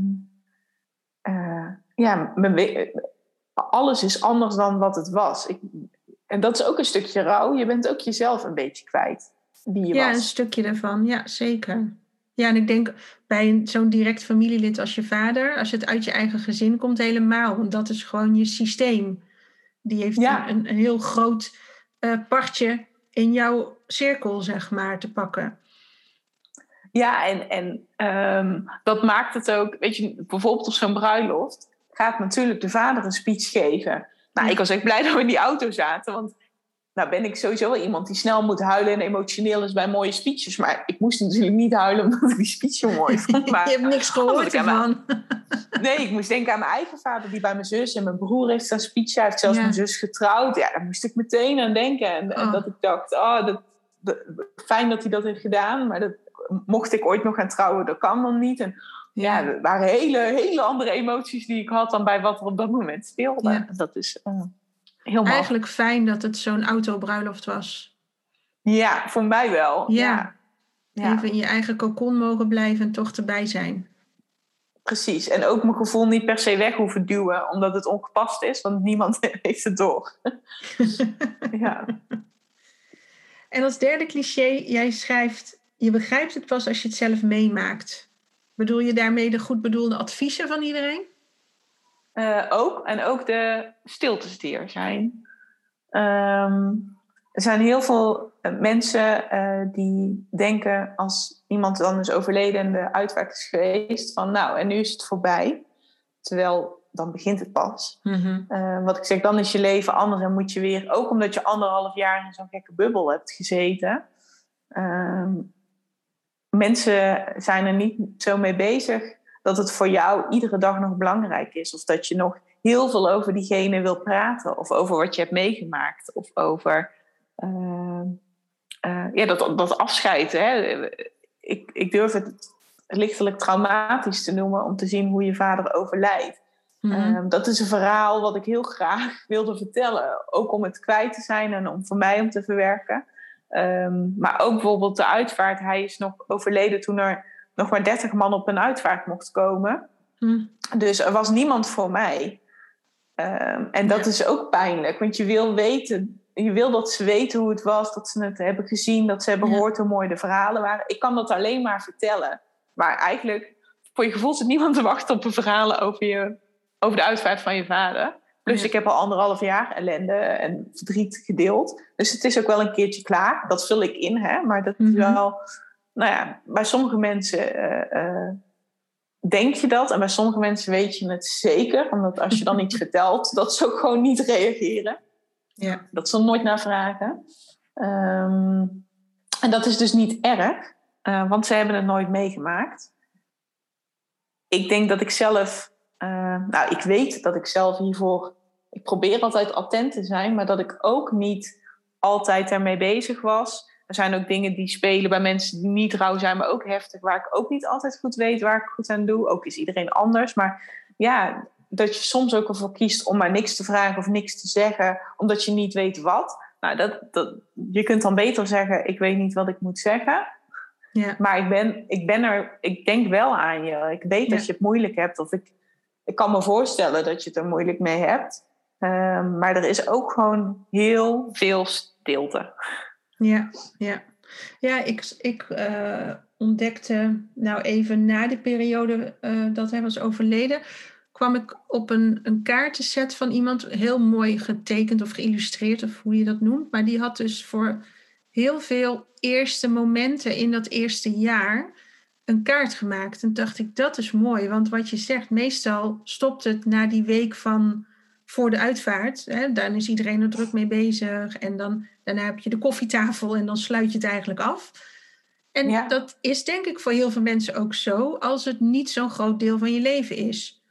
alles is anders dan wat het was. En dat is ook een stukje rouw. Je bent ook jezelf een beetje kwijt, wie je was. Ja, een stukje daarvan. Ja, zeker. Ja, en ik denk bij zo'n direct familielid als je vader, als het uit je eigen gezin komt, helemaal. Want dat is gewoon je systeem. Die heeft een heel groot partje in jouw cirkel, zeg maar, te pakken. Ja, en dat maakt het ook, weet je, bijvoorbeeld op zo'n bruiloft gaat natuurlijk de vader een speech geven. Ik was echt blij dat we in die auto zaten, want ben ik sowieso wel iemand die snel moet huilen en emotioneel is bij mooie speeches. Maar ik moest natuurlijk niet huilen omdat ik die speech zo mooi vond. Maar je hebt niks gehoord ervan. Nee, ik moest denken aan mijn eigen vader die bij mijn zus en mijn broer heeft een speech. Hij heeft zelfs mijn zus getrouwd. Ja, daar moest ik meteen aan denken. En dat ik dacht, fijn dat hij dat heeft gedaan. Maar mocht ik ooit nog gaan trouwen, dat kan dan niet. En er waren hele andere emoties die ik had dan bij wat er op dat moment speelde. Ja. Dat is heel mooi. Eigenlijk fijn dat het zo'n autobruiloft was. Ja, voor mij wel. Ja. Even in je eigen cocon mogen blijven en toch erbij zijn. Precies. En ook mijn gevoel niet per se weg hoeven duwen, omdat het ongepast is, want niemand heeft het door. Ja. En als derde cliché, jij schrijft, je begrijpt het pas als je het zelf meemaakt. Bedoel je daarmee de goed bedoelde adviezen van iedereen? Ook. En ook de stiltes die er zijn. Er zijn heel veel mensen die denken als iemand dan is overleden en de uitvaart is geweest van en nu is het voorbij. Terwijl dan begint het pas. Mm-hmm. Wat ik zeg, dan is je leven anders en moet je weer, ook omdat je 1,5 jaar in zo'n gekke bubbel hebt gezeten. Mensen zijn er niet zo mee bezig dat het voor jou iedere dag nog belangrijk is. Of dat je nog heel veel over diegene wil praten. Of over wat je hebt meegemaakt. Of over dat afscheid. Hè. Ik durf het lichtelijk traumatisch te noemen om te zien hoe je vader overlijdt. Mm-hmm. Dat is een verhaal wat ik heel graag wilde vertellen. Ook om het kwijt te zijn en voor mij om te verwerken. Maar ook bijvoorbeeld de uitvaart. Hij is nog overleden toen er nog maar 30 man op een uitvaart mocht komen. Dus er was niemand voor mij. En dat is ook pijnlijk. Want je wil dat ze weten hoe het was. Dat ze het hebben gezien. Dat ze hebben gehoord hoe mooi de verhalen waren. Ik kan dat alleen maar vertellen. Maar eigenlijk, voor je gevoel zit niemand te wachten op een verhalen over de uitvaart van je vader. Dus ik heb al 1,5 jaar ellende en verdriet gedeeld. Dus het is ook wel een keertje klaar. Dat vul ik in, hè. Maar dat is wel... bij sommige mensen denk je dat. En bij sommige mensen weet je het zeker. Omdat als je dan iets vertelt, dat ze ook gewoon niet reageren. Ja. Dat ze er nooit naar vragen. En dat is dus niet erg. Want ze hebben het nooit meegemaakt. Ik denk dat ik zelf... ik weet dat ik zelf hiervoor... Ik probeer altijd attent te zijn, maar dat ik ook niet altijd ermee bezig was. Er zijn ook dingen die spelen bij mensen die niet rouw zijn, maar ook heftig, waar ik ook niet altijd goed weet waar ik goed aan doe. Ook is iedereen anders. Maar ja, dat je soms ook ervoor kiest om maar niks te vragen of niks te zeggen, omdat je niet weet wat. Je kunt dan beter zeggen, ik weet niet wat ik moet zeggen. Ja. Maar ik denk wel aan je. Ik weet dat je het moeilijk hebt. Of ik kan me voorstellen dat je het er moeilijk mee hebt. Maar er is ook gewoon heel veel stilte. Ja. Ik ontdekte nou even na de periode dat hij was overleden, kwam ik op een kaartenset van iemand, heel mooi getekend of geïllustreerd, of hoe je dat noemt. Maar die had dus voor heel veel eerste momenten in dat eerste jaar een kaart gemaakt. En dacht ik, dat is mooi. Want wat je zegt, meestal stopt het na die week van voor de uitvaart. Hè, daar is iedereen er druk mee bezig. En daarna heb je de koffietafel en dan sluit je het eigenlijk af. En dat is denk ik voor heel veel mensen ook zo, als het niet zo'n groot deel van je leven is.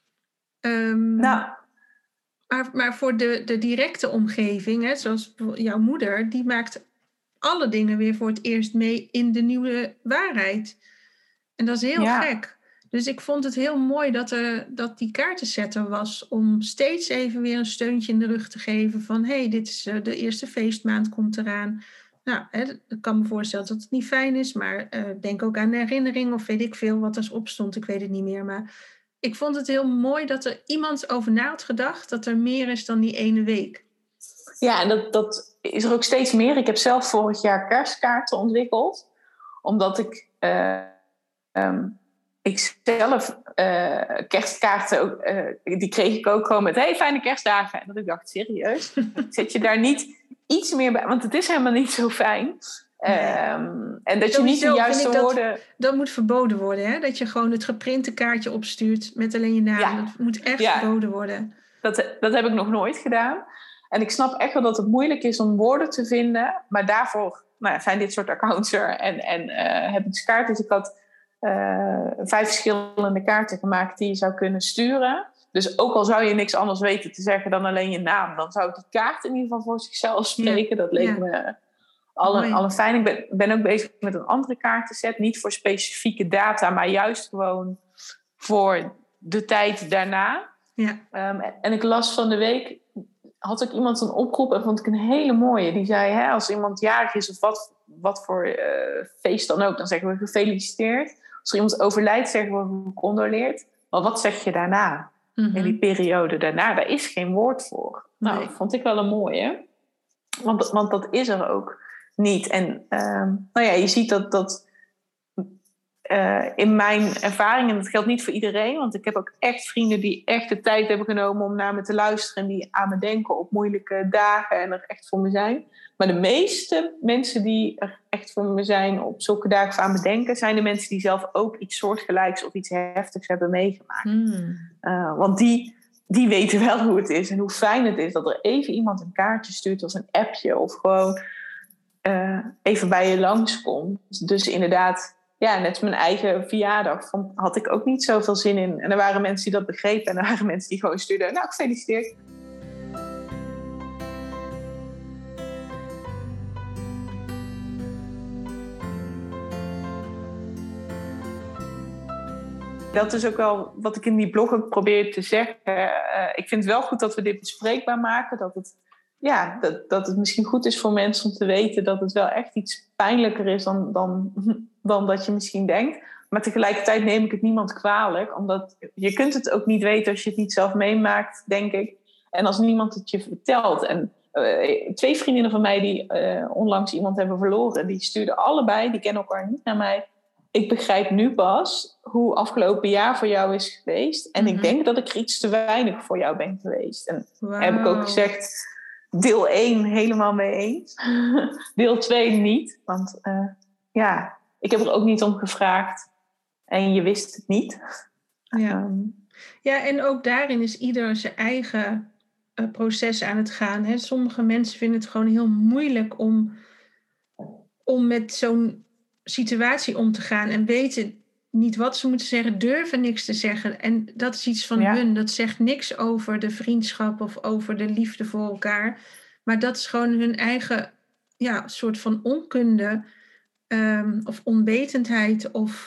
Maar voor de directe omgeving, hè, zoals jouw moeder, die maakt alle dingen weer voor het eerst mee in de nieuwe waarheid. En dat is heel gek. Dus ik vond het heel mooi dat die kaartenset er was, om steeds even weer een steuntje in de rug te geven van hey, dit is de eerste feestmaand komt eraan. Nou, ik kan me voorstellen dat het niet fijn is, maar denk ook aan de herinnering of weet ik veel wat er op stond. Ik weet het niet meer, maar ik vond het heel mooi dat er iemand over na had gedacht dat er meer is dan die ene week. Ja, en dat is er ook steeds meer. Ik heb zelf vorig jaar kerstkaarten ontwikkeld. Omdat ik zelf kerstkaarten ook, die kreeg ik ook gewoon met hey, fijne kerstdagen. En dat ik dacht, serieus? Zet je daar niet iets meer bij? Want het is helemaal niet zo fijn. En dat je niet de juiste woorden... Dat moet verboden worden, hè? Dat je gewoon het geprinte kaartje opstuurt met alleen je naam. Ja. Dat moet echt verboden worden. Dat heb ik nog nooit gedaan. En ik snap echt wel dat het moeilijk is om woorden te vinden. Maar daarvoor zijn dit soort accounts er. En heb ik dus kaarten. Dus ik had 5 verschillende kaarten gemaakt die je zou kunnen sturen. Dus ook al zou je niks anders weten te zeggen dan alleen je naam, dan zou die kaart in ieder geval voor zichzelf spreken. Dat leek me al een fijn. Ik ben ook bezig met een andere kaartenset. Niet voor specifieke data, maar juist gewoon voor de tijd daarna. Ja. En ik las van de week, had ook iemand een oproep en vond ik een hele mooie. Die zei, als iemand jarig is of wat voor feest dan ook, dan zeggen we gefeliciteerd. Als er iemand overlijdt, zeggen we gecondoleerd. Maar wat zeg je daarna? Mm-hmm. In die periode daarna, daar is geen woord voor. Nee. Nou, dat vond ik wel een mooie. Want dat is er ook niet. En je ziet dat in mijn ervaring, en dat geldt niet voor iedereen, want ik heb ook echt vrienden die echt de tijd hebben genomen om naar me te luisteren en die aan me denken op moeilijke dagen en er echt voor me zijn. Maar de meeste mensen die er echt voor me zijn op zulke dagen aan me denken, zijn de mensen die zelf ook iets soortgelijks of iets heftigs hebben meegemaakt. Want die weten wel hoe het is en hoe fijn het is dat er even iemand een kaartje stuurt als een appje of gewoon even bij je langskomt. Dus inderdaad, net mijn eigen verjaardag had ik ook niet zoveel zin in. En er waren mensen die dat begrepen en er waren mensen die gewoon stuurden, nou, gefeliciteerd. Dat is ook wel wat ik in die blog ook probeer te zeggen. Ik vind het wel goed dat we dit bespreekbaar maken. Dat het misschien goed is voor mensen om te weten dat het wel echt iets pijnlijker is dan dat je misschien denkt. Maar tegelijkertijd neem ik het niemand kwalijk. Omdat je kunt het ook niet weten als je het niet zelf meemaakt, denk ik. En als niemand het je vertelt. En 2 vriendinnen van mij die onlangs iemand hebben verloren, die stuurden allebei, die kennen elkaar niet, naar mij. Ik begrijp nu pas hoe afgelopen jaar voor jou is geweest. En ik denk dat ik er iets te weinig voor jou ben geweest. En heb ik ook gezegd, deel 1 helemaal mee eens. Deel 2 niet. Want ik heb er ook niet om gevraagd. En je wist het niet. Ja, en ook daarin is ieder zijn eigen proces aan het gaan. Hè? Sommige mensen vinden het gewoon heel moeilijk om met zo'n situatie om te gaan en weten niet wat ze moeten zeggen, durven niks te zeggen. En dat is iets van hun. Dat zegt niks over de vriendschap of over de liefde voor elkaar. Maar dat is gewoon hun eigen soort van onkunde of onwetendheid.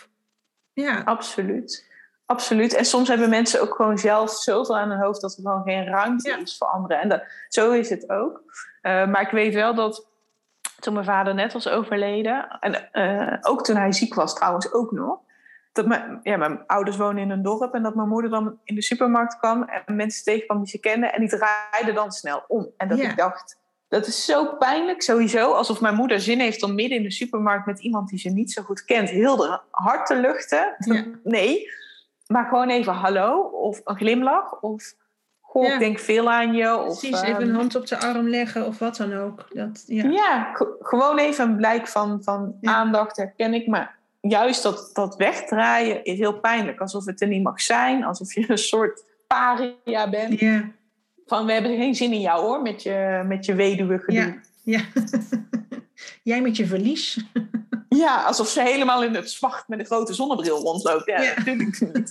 Absoluut. En soms hebben mensen ook gewoon zelf zoveel aan hun hoofd dat er gewoon geen ruimte is voor anderen. En zo is het ook. Maar ik weet wel dat toen mijn vader net was overleden. En ook toen hij ziek was trouwens ook nog. Dat mijn ouders wonen in een dorp. En dat mijn moeder dan in de supermarkt kwam. En mensen tegenkwam die ze kenden. En die draaiden dan snel om. En dat ik dacht, dat is zo pijnlijk sowieso. Alsof mijn moeder zin heeft om midden in de supermarkt met iemand die ze niet zo goed kent heel de hart te luchten. Ja. Nee, maar gewoon even hallo. Of een glimlach. Of ik denk veel aan je. Of, precies, even een hand op de arm leggen of wat dan ook. Gewoon even een blijk van aandacht herken ik. Maar juist dat wegdraaien is heel pijnlijk. Alsof het er niet mag zijn. Alsof je een soort paria bent. Ja. Van, we hebben geen zin in jou hoor, met je weduwe gedoe. Ja. Jij met je verlies. Ja, alsof ze helemaal in het zwart met een grote zonnebril rondloopt. Ja, natuurlijk niet.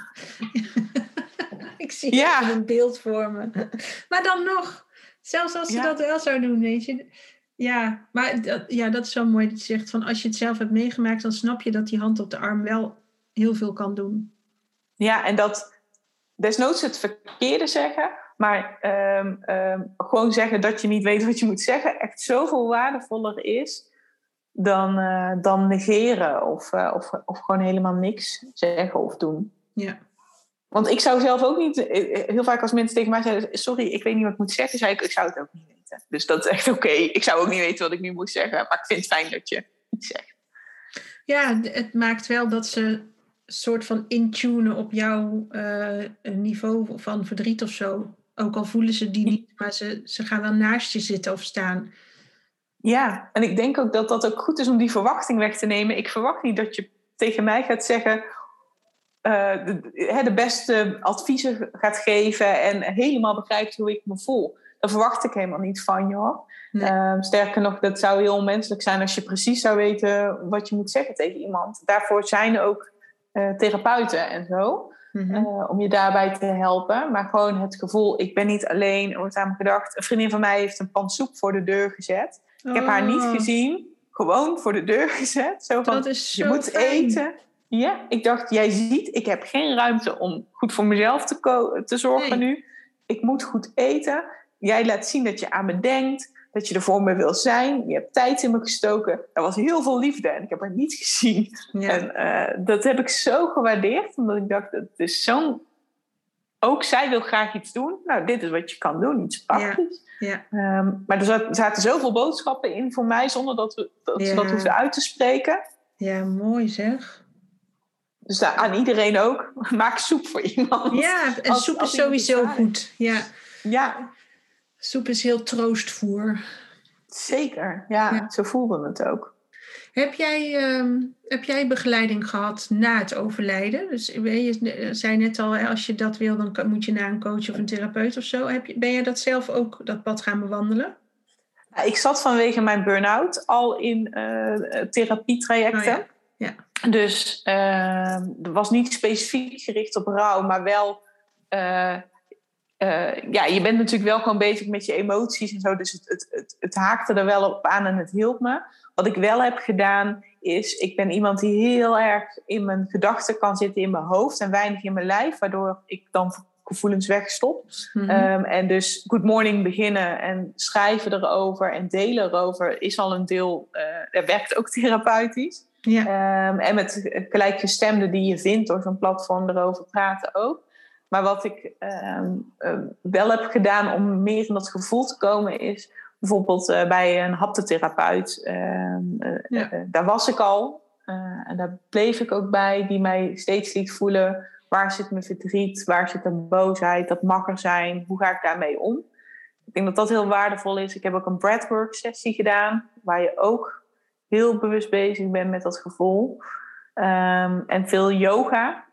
Ik zie even een beeld voor me. Maar dan nog, zelfs als ze dat wel zou doen, weet je. Ja, maar dat is zo mooi dat je zegt, van als je het zelf hebt meegemaakt, dan snap je dat die hand op de arm wel heel veel kan doen. Ja, en dat desnoods het verkeerde zeggen, maar gewoon zeggen dat je niet weet wat je moet zeggen, echt zoveel waardevoller is dan negeren of gewoon helemaal niks zeggen of doen. Ja. Want ik zou zelf ook niet, heel vaak als mensen tegen mij zeiden, sorry, ik weet niet wat ik moet zeggen, zei ik zou het ook niet weten. Dus dat is echt oké. Ik zou ook niet weten wat ik nu moet zeggen, maar ik vind het fijn dat je iets zegt. Ja, het maakt wel dat ze een soort van intunen op jouw niveau van verdriet of zo. Ook al voelen ze die niet, maar ze gaan wel naast je zitten of staan. Ja, en ik denk ook dat dat ook goed is om die verwachting weg te nemen. Ik verwacht niet dat je tegen mij gaat zeggen, de beste adviezen gaat geven en helemaal begrijpt hoe ik me voel. Dat verwacht ik helemaal niet van je hoor. Nee. Sterker nog, dat zou heel onmenselijk zijn als je precies zou weten wat je moet zeggen tegen iemand. Daarvoor zijn er ook therapeuten en zo. Mm-hmm. Om je daarbij te helpen. Maar gewoon het gevoel, ik ben niet alleen. Er wordt aan me gedacht. Een vriendin van mij heeft een pan soep voor de deur gezet. Ik heb haar niet gezien. Gewoon voor de deur gezet. Zo van, dat is zo je moet fijn. eten. Ja, ik dacht, jij ziet, ik heb geen ruimte om goed voor mezelf te zorgen nu. Ik moet goed eten. Jij laat zien dat je aan me denkt. Dat je er voor me wil zijn. Je hebt tijd in me gestoken. Er was heel veel liefde en ik heb haar niet gezien. Ja. En dat heb ik zo gewaardeerd. Omdat ik dacht, het is zo'n... Ook zij wil graag iets doen. Nou, dit is wat je kan doen. Iets praktisch. Ja. Maar er zaten zoveel boodschappen in voor mij. Zonder dat ze dat hoefden uit te spreken. Ja, mooi zeg. Dus aan iedereen ook. Maak soep voor iemand. Ja, en soep is sowieso goed. Ja. Soep is heel troostvoer. Zeker, ja. Zo voelde het ook. Heb jij begeleiding gehad na het overlijden? Dus je zei net al, als je dat wil, dan moet je naar een coach of een therapeut of zo. Ben jij dat zelf ook, dat pad gaan bewandelen? Ik zat vanwege mijn burn-out al in therapietrajecten. Oh ja. Dus het was niet specifiek gericht op rouw, maar wel... je bent natuurlijk wel gewoon bezig met je emoties en zo. Dus het haakte er wel op aan en het hielp me. Wat ik wel heb gedaan is... Ik ben iemand die heel erg in mijn gedachten kan zitten in mijn hoofd... en weinig in mijn lijf, waardoor ik dan gevoelens wegstop. Mm-hmm. En dus good morning beginnen en schrijven erover en delen erover... is al een deel... dat werkt ook therapeutisch. Ja. En met gelijkgestemden die je vindt door zo'n platform erover praten ook. Maar wat ik wel heb gedaan om meer in dat gevoel te komen is... bijvoorbeeld bij een haptotherapeut. Daar was ik al. En daar bleef ik ook bij. Die mij steeds liet voelen... waar zit mijn verdriet? Waar zit de boosheid? Dat mag er zijn. Hoe ga ik daarmee om? Ik denk dat dat heel waardevol is. Ik heb ook een breathwork sessie gedaan... waar je ook heel bewust bezig bent met dat gevoel. En veel yoga...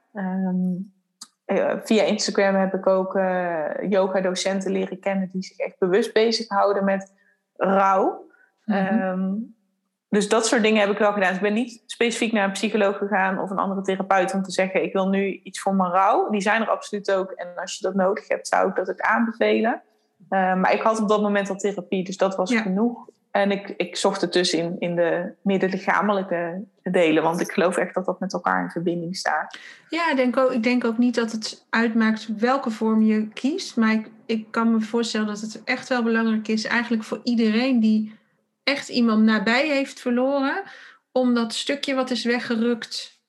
via Instagram heb ik ook yoga-docenten leren kennen... die zich echt bewust bezighouden met rouw. Mm-hmm. Dus dat soort dingen heb ik wel gedaan. Dus ik ben niet specifiek naar een psycholoog gegaan... of een andere therapeut om te zeggen... ik wil nu iets voor mijn rouw. Die zijn er absoluut ook. En als je dat nodig hebt, zou ik dat ook aanbevelen. Maar ik had op dat moment al therapie, dus dat was genoeg. En ik zocht het dus in de middenlichamelijke delen. Want ik geloof echt dat dat met elkaar in verbinding staat. Ja, ik denk ook niet dat het uitmaakt welke vorm je kiest. Maar ik kan me voorstellen dat het echt wel belangrijk is... eigenlijk voor iedereen die echt iemand nabij heeft verloren, om dat stukje wat is weggerukt,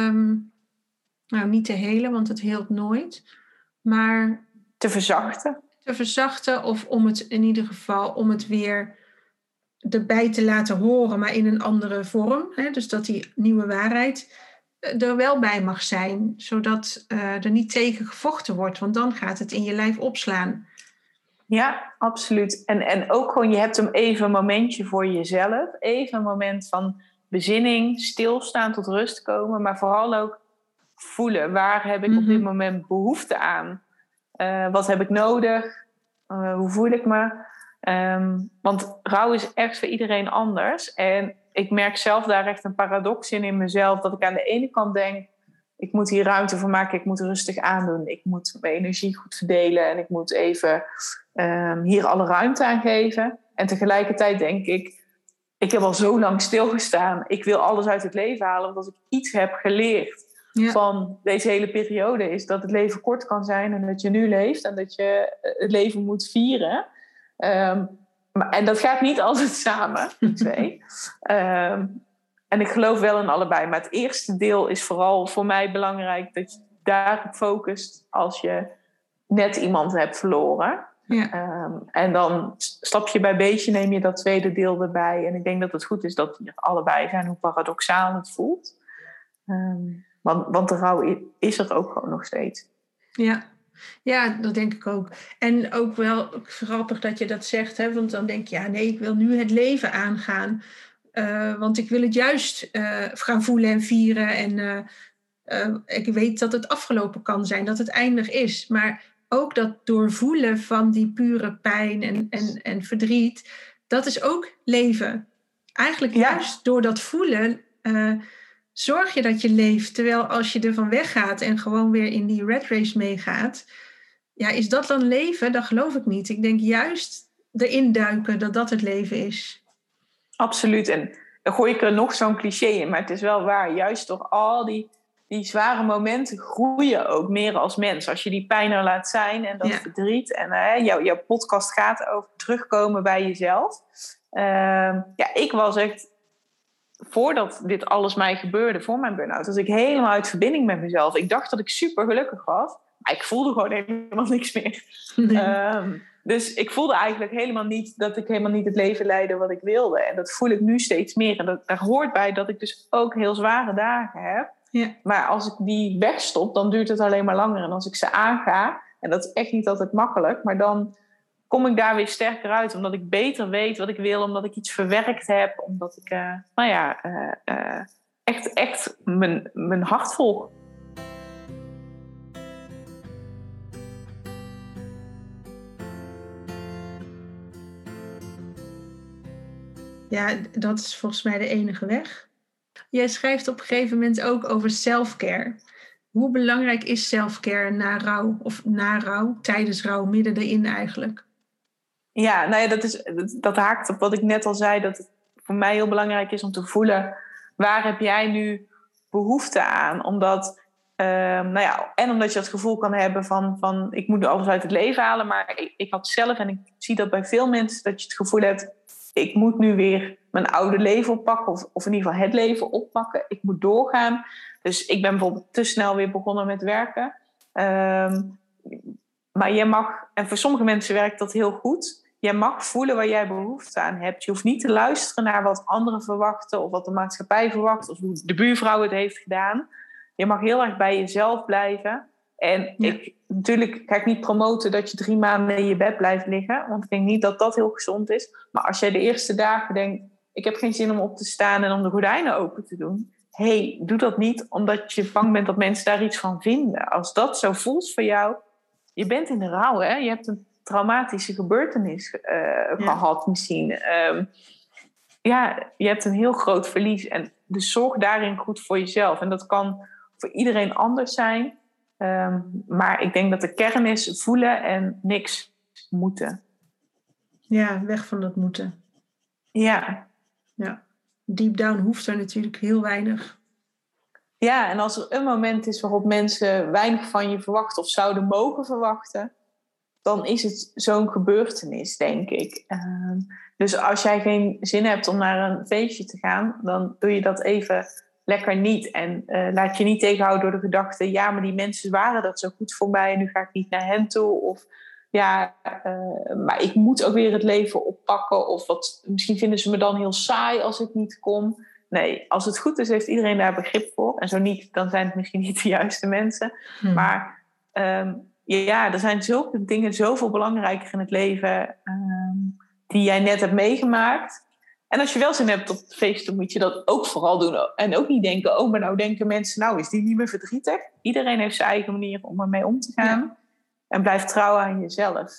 nou niet te helen, want het heelt nooit, maar te verzachten. Te verzachten, of om het in ieder geval om het weer erbij te laten horen, maar in een andere vorm. Hè? Dus dat die nieuwe waarheid er wel bij mag zijn, zodat er niet tegen gevochten wordt, want dan gaat het in je lijf opslaan. Ja, absoluut. En ook gewoon, je hebt hem even een momentje voor jezelf. Even een moment van bezinning, stilstaan, tot rust komen. Maar vooral ook voelen. Waar heb ik op dit moment behoefte aan? Wat heb ik nodig? Hoe voel ik me? Want rouw is echt voor iedereen anders. En ik merk zelf daar echt een paradox in mezelf. Dat ik aan de ene kant denk, ik moet hier ruimte voor maken. Ik moet rustig aandoen. Ik moet mijn energie goed verdelen. En ik moet even hier alle ruimte aan geven. En tegelijkertijd denk ik heb al zo lang stilgestaan. Ik wil alles uit het leven halen. Want als ik iets heb geleerd van deze hele periode, is dat het leven kort kan zijn en dat je nu leeft en dat je het leven moet vieren. En dat gaat niet altijd samen, die twee. En ik geloof wel in allebei. Maar het eerste deel is vooral voor mij belangrijk dat je daarop focust als je net iemand hebt verloren. Ja. En dan stapje bij beetje neem je dat tweede deel erbij. En ik denk dat het goed is dat die er allebei zijn, hoe paradoxaal het voelt. Want de rouw is er ook gewoon nog steeds. Ja, dat denk ik ook. En ook wel grappig dat je dat zegt. Hè? Want dan denk je, ja nee, ik wil nu het leven aangaan. Want ik wil het juist gaan voelen en vieren. En ik weet dat het afgelopen kan zijn, dat het eindig is. Maar ook dat doorvoelen van die pure pijn en verdriet, dat is ook leven. Eigenlijk juist door dat voelen zorg je dat je leeft. Terwijl als je ervan weggaat en gewoon weer in die rat race meegaat, ja, is dat dan leven? Dat geloof ik niet. Ik denk juist erin duiken dat het leven is. Absoluut. En dan gooi ik er nog zo'n cliché in, maar het is wel waar. Juist door al die zware momenten groeien ook meer als mens. Als je die pijn er laat zijn en dat verdriet. En jouw podcast gaat over terugkomen bij jezelf. Ik was echt, voordat dit alles mij gebeurde, voor mijn burn-out, was ik helemaal uit verbinding met mezelf. Ik dacht dat ik super gelukkig was, maar ik voelde gewoon helemaal niks meer. Nee. Dus ik voelde eigenlijk helemaal niet dat ik helemaal niet het leven leidde wat ik wilde. En dat voel ik nu steeds meer. En daar hoort bij dat ik dus ook heel zware dagen heb. Ja. Maar als ik die wegstop, dan duurt het alleen maar langer. En als ik ze aanga, en dat is echt niet altijd makkelijk, maar dan kom ik daar weer sterker uit. Omdat ik beter weet wat ik wil, omdat ik iets verwerkt heb. Omdat ik echt mijn hart volg. Ja, dat is volgens mij de enige weg. Jij schrijft op een gegeven moment ook over self-care. Hoe belangrijk is self-care na rouw? Of na rouw, tijdens rouw, midden erin eigenlijk? Ja, nou ja, dat haakt op wat ik net al zei. Dat het voor mij heel belangrijk is om te voelen, waar heb jij nu behoefte aan? Omdat, en omdat je het gevoel kan hebben van ik moet alles uit het leven halen. Maar ik had zelf, en ik zie dat bij veel mensen, dat je het gevoel hebt, ik moet nu weer mijn oude leven oppakken. Of in ieder geval het leven oppakken. Ik moet doorgaan. Dus ik ben bijvoorbeeld te snel weer begonnen met werken. Maar je mag, en voor sommige mensen werkt dat heel goed. Je mag voelen waar jij behoefte aan hebt. Je hoeft niet te luisteren naar wat anderen verwachten. Of wat de maatschappij verwacht. Of hoe de buurvrouw het heeft gedaan. Je mag heel erg bij jezelf blijven. En natuurlijk ga ik niet promoten dat je 3 maanden in je bed blijft liggen. Want ik denk niet dat dat heel gezond is. Maar als jij de eerste dagen denkt, ik heb geen zin om op te staan en om de gordijnen open te doen. Doe dat niet omdat je bang bent dat mensen daar iets van vinden. Als dat zo voelt voor jou, je bent in de rouw, hè? Je hebt een traumatische gebeurtenis gehad misschien. Je hebt een heel groot verlies. En dus zorg daarin goed voor jezelf. En dat kan voor iedereen anders zijn. Maar ik denk dat de kern is voelen en niks moeten. Ja, weg van dat moeten. Ja. Deep down hoeft er natuurlijk heel weinig. Ja, en als er een moment is waarop mensen weinig van je verwachten of zouden mogen verwachten, dan is het zo'n gebeurtenis, denk ik. Dus als jij geen zin hebt om naar een feestje te gaan, dan doe je dat even lekker niet. En laat je niet tegenhouden door de gedachte, ja, maar die mensen waren dat zo goed voor mij en nu ga ik niet naar hen toe. Of ja, maar ik moet ook weer het leven oppakken. Of misschien vinden ze me dan heel saai als ik niet kom. Nee, als het goed is, heeft iedereen daar begrip voor. En zo niet, dan zijn het misschien niet de juiste mensen. Maar er zijn zulke dingen zoveel belangrijker in het leven die jij net hebt meegemaakt. En als je wel zin hebt op het feest, dan moet je dat ook vooral doen. En ook niet denken, maar nou denken mensen, nou is die niet meer verdrietig. Iedereen heeft zijn eigen manier om ermee om te gaan. Ja. En blijf trouwen aan jezelf.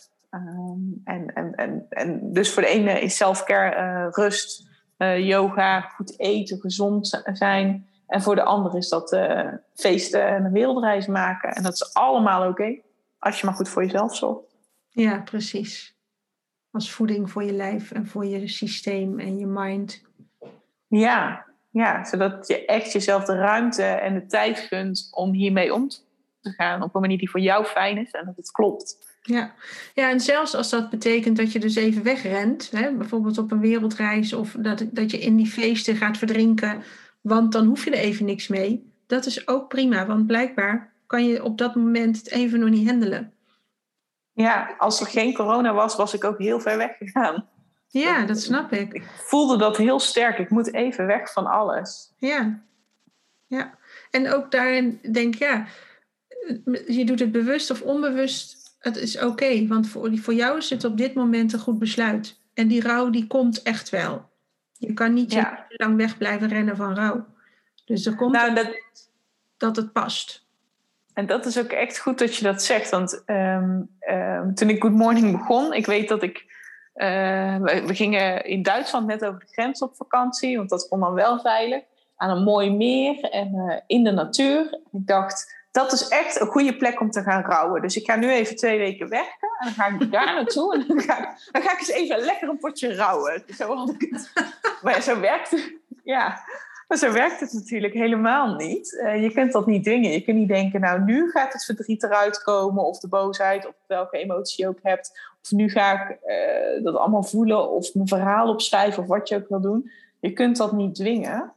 En dus voor de ene is self-care rust, yoga, goed eten, gezond zijn. En voor de ander is dat feesten en een wereldreis maken. En dat is allemaal oké, als je maar goed voor jezelf zorgt. Ja, precies. Als voeding voor je lijf en voor je systeem en je mind. Ja, zodat je echt jezelf de ruimte en de tijd gunt om hiermee om te gaan. Op een manier die voor jou fijn is en dat het klopt. Ja, en zelfs als dat betekent dat je dus even wegrent. Hè, bijvoorbeeld op een wereldreis. Of dat je in die feesten gaat verdrinken. Want dan hoef je er even niks mee. Dat is ook prima. Want blijkbaar kan je op dat moment het even nog niet handelen. Ja, als er geen corona was ik ook heel ver weggegaan. Ja, dat snap ik. Ik voelde dat heel sterk. Ik moet even weg van alles. Ja. En ook daarin denk ik, je doet het bewust of onbewust. Het is oké, want voor jou is het op dit moment een goed besluit. En die rouw, die komt echt wel. Je kan niet lang weg blijven rennen van rouw. Dus er komt dat het past. En dat is ook echt goed dat je dat zegt. Want toen ik Good Morning begon, ik weet dat we gingen in Duitsland net over de grens op vakantie, want dat kon dan wel veilig, aan een mooi meer en in de natuur. Ik dacht, dat is echt een goede plek om te gaan rouwen. Dus ik ga nu even 2 weken werken en dan ga ik daar naartoe en dan ga ik eens even lekker een potje rouwen. Zo had ik het. Maar zo werkt het. Ja. Maar zo werkt het natuurlijk helemaal niet. Je kunt dat niet dwingen. Je kunt niet denken, nou nu gaat het verdriet eruit komen, of de boosheid, of welke emotie je ook hebt. Of nu ga ik dat allemaal voelen, of mijn verhaal opschrijven, of wat je ook wil doen. Je kunt dat niet dwingen.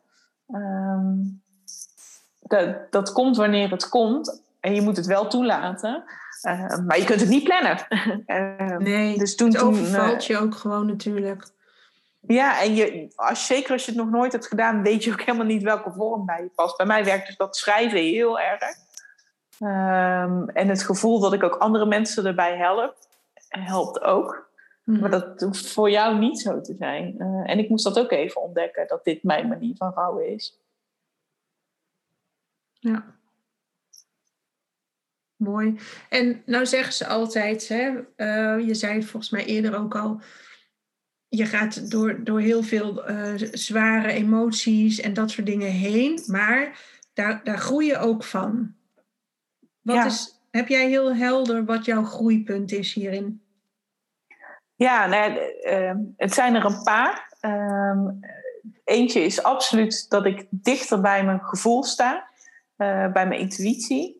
Dat komt wanneer het komt. En je moet het wel toelaten. Maar je kunt het niet plannen. Nee, dus het overvalt je ook gewoon natuurlijk. Ja, en zeker als je het nog nooit hebt gedaan, weet je ook helemaal niet welke vorm bij je past. Bij mij werkt dus dat schrijven heel erg. En het gevoel dat ik ook andere mensen erbij helpt ook. Mm-hmm. Maar dat hoeft voor jou niet zo te zijn. En ik moest dat ook even ontdekken, dat dit mijn manier van rouwen is. Ja. Mooi. En nou zeggen ze altijd, hè, je zei het volgens mij eerder ook al, je gaat door heel veel zware emoties en dat soort dingen heen, maar daar groei je ook van. Heb jij heel helder wat jouw groeipunt is hierin? Ja, het zijn er een paar. Eentje is absoluut dat ik dichter bij mijn gevoel sta, bij mijn intuïtie.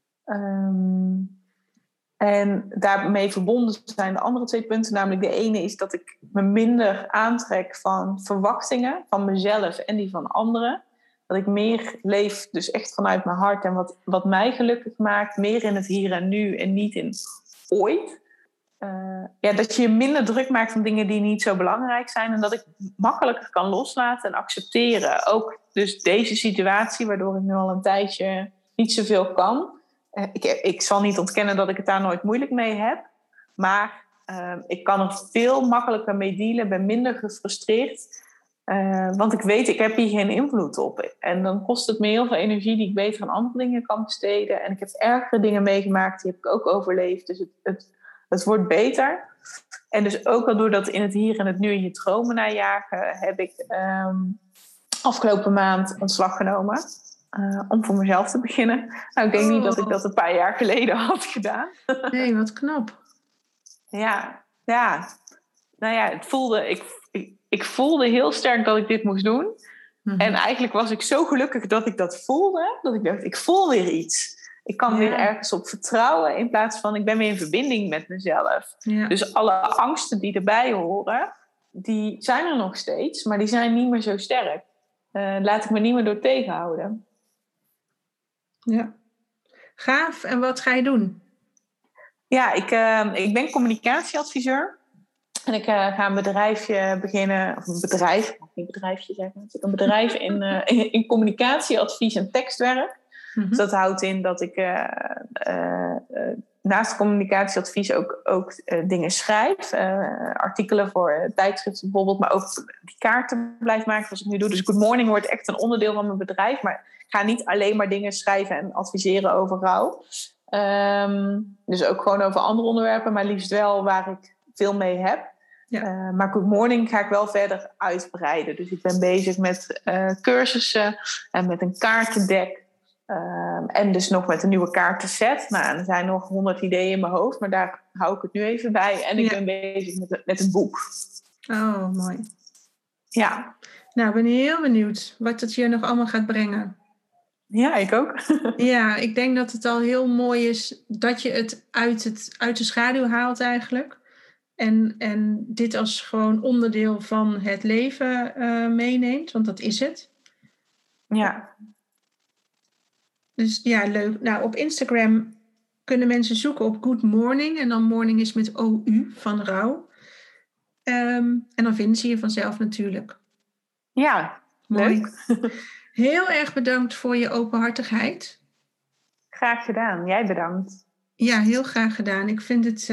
En daarmee verbonden zijn de andere 2 punten. Namelijk de ene is dat ik me minder aantrek van verwachtingen van mezelf en die van anderen. Dat ik meer leef dus echt vanuit mijn hart en wat mij gelukkig maakt. Meer in het hier en nu en niet in ooit. Dat je je minder druk maakt van dingen die niet zo belangrijk zijn. En dat ik makkelijker kan loslaten en accepteren. Ook dus deze situatie, waardoor ik nu al een tijdje niet zoveel kan. Ik zal niet ontkennen dat ik het daar nooit moeilijk mee heb. Maar ik kan er veel makkelijker mee dealen. Ben minder gefrustreerd. Want ik weet, ik heb hier geen invloed op. En dan kost het me heel veel energie die ik beter aan andere dingen kan besteden. En ik heb ergere dingen meegemaakt. Die heb ik ook overleefd. Dus het wordt beter. En dus ook al doordat in het hier en het nu in je dromen najagen, heb ik afgelopen maand ontslag genomen. Om voor mezelf te beginnen. Nou, ik denk niet dat ik dat een paar jaar geleden had gedaan. Nee, wat knap. Ja. Nou ja, ik voelde heel sterk dat ik dit moest doen. Mm-hmm. En eigenlijk was ik zo gelukkig dat ik dat voelde. Dat ik dacht, ik voel weer iets. Ik kan weer ergens op vertrouwen in plaats van ik ben weer in verbinding met mezelf. Ja. Dus alle angsten die erbij horen, die zijn er nog steeds, maar die zijn niet meer zo sterk. Laat ik me niet meer door tegenhouden. Ja, gaaf. En wat ga je doen? Ja, ik ben communicatieadviseur. En ik ga een bedrijfje beginnen, of een bedrijf, niet bedrijfje zeggen. Ik heb een bedrijf in communicatieadvies en tekstwerk. Mm-hmm. Dus dat houdt in dat ik naast communicatieadvies ook dingen schrijf. Artikelen voor tijdschriften bijvoorbeeld, maar ook die kaarten blijf maken zoals ik nu doe. Dus Good Morning wordt echt een onderdeel van mijn bedrijf. Maar ik ga niet alleen maar dingen schrijven en adviseren over rouw. Dus ook gewoon over andere onderwerpen, maar liefst wel waar ik veel mee heb. Ja. Maar Good Morning ga ik wel verder uitbreiden. Dus ik ben bezig met cursussen en met een kaartendek. En dus nog met een nieuwe kaartenset. Nou, er zijn nog 100 ideeën in mijn hoofd, maar daar hou ik het nu even bij. En ik ben bezig met een boek. Oh, mooi. Ja. Nou, ik ben heel benieuwd wat het je nog allemaal gaat brengen. Ja, ik ook. Ja, ik denk dat het al heel mooi is dat je het uit de schaduw haalt eigenlijk. En dit als gewoon onderdeel van het leven meeneemt, want dat is het. Ja. Dus ja, leuk. Nou, op Instagram kunnen mensen zoeken op Good Morning. En dan morning is met OU van rouw. En dan vinden ze je vanzelf natuurlijk. Ja, mooi. Leuk. Heel erg bedankt voor je openhartigheid. Graag gedaan. Jij bedankt. Ja, heel graag gedaan. Ik vind het...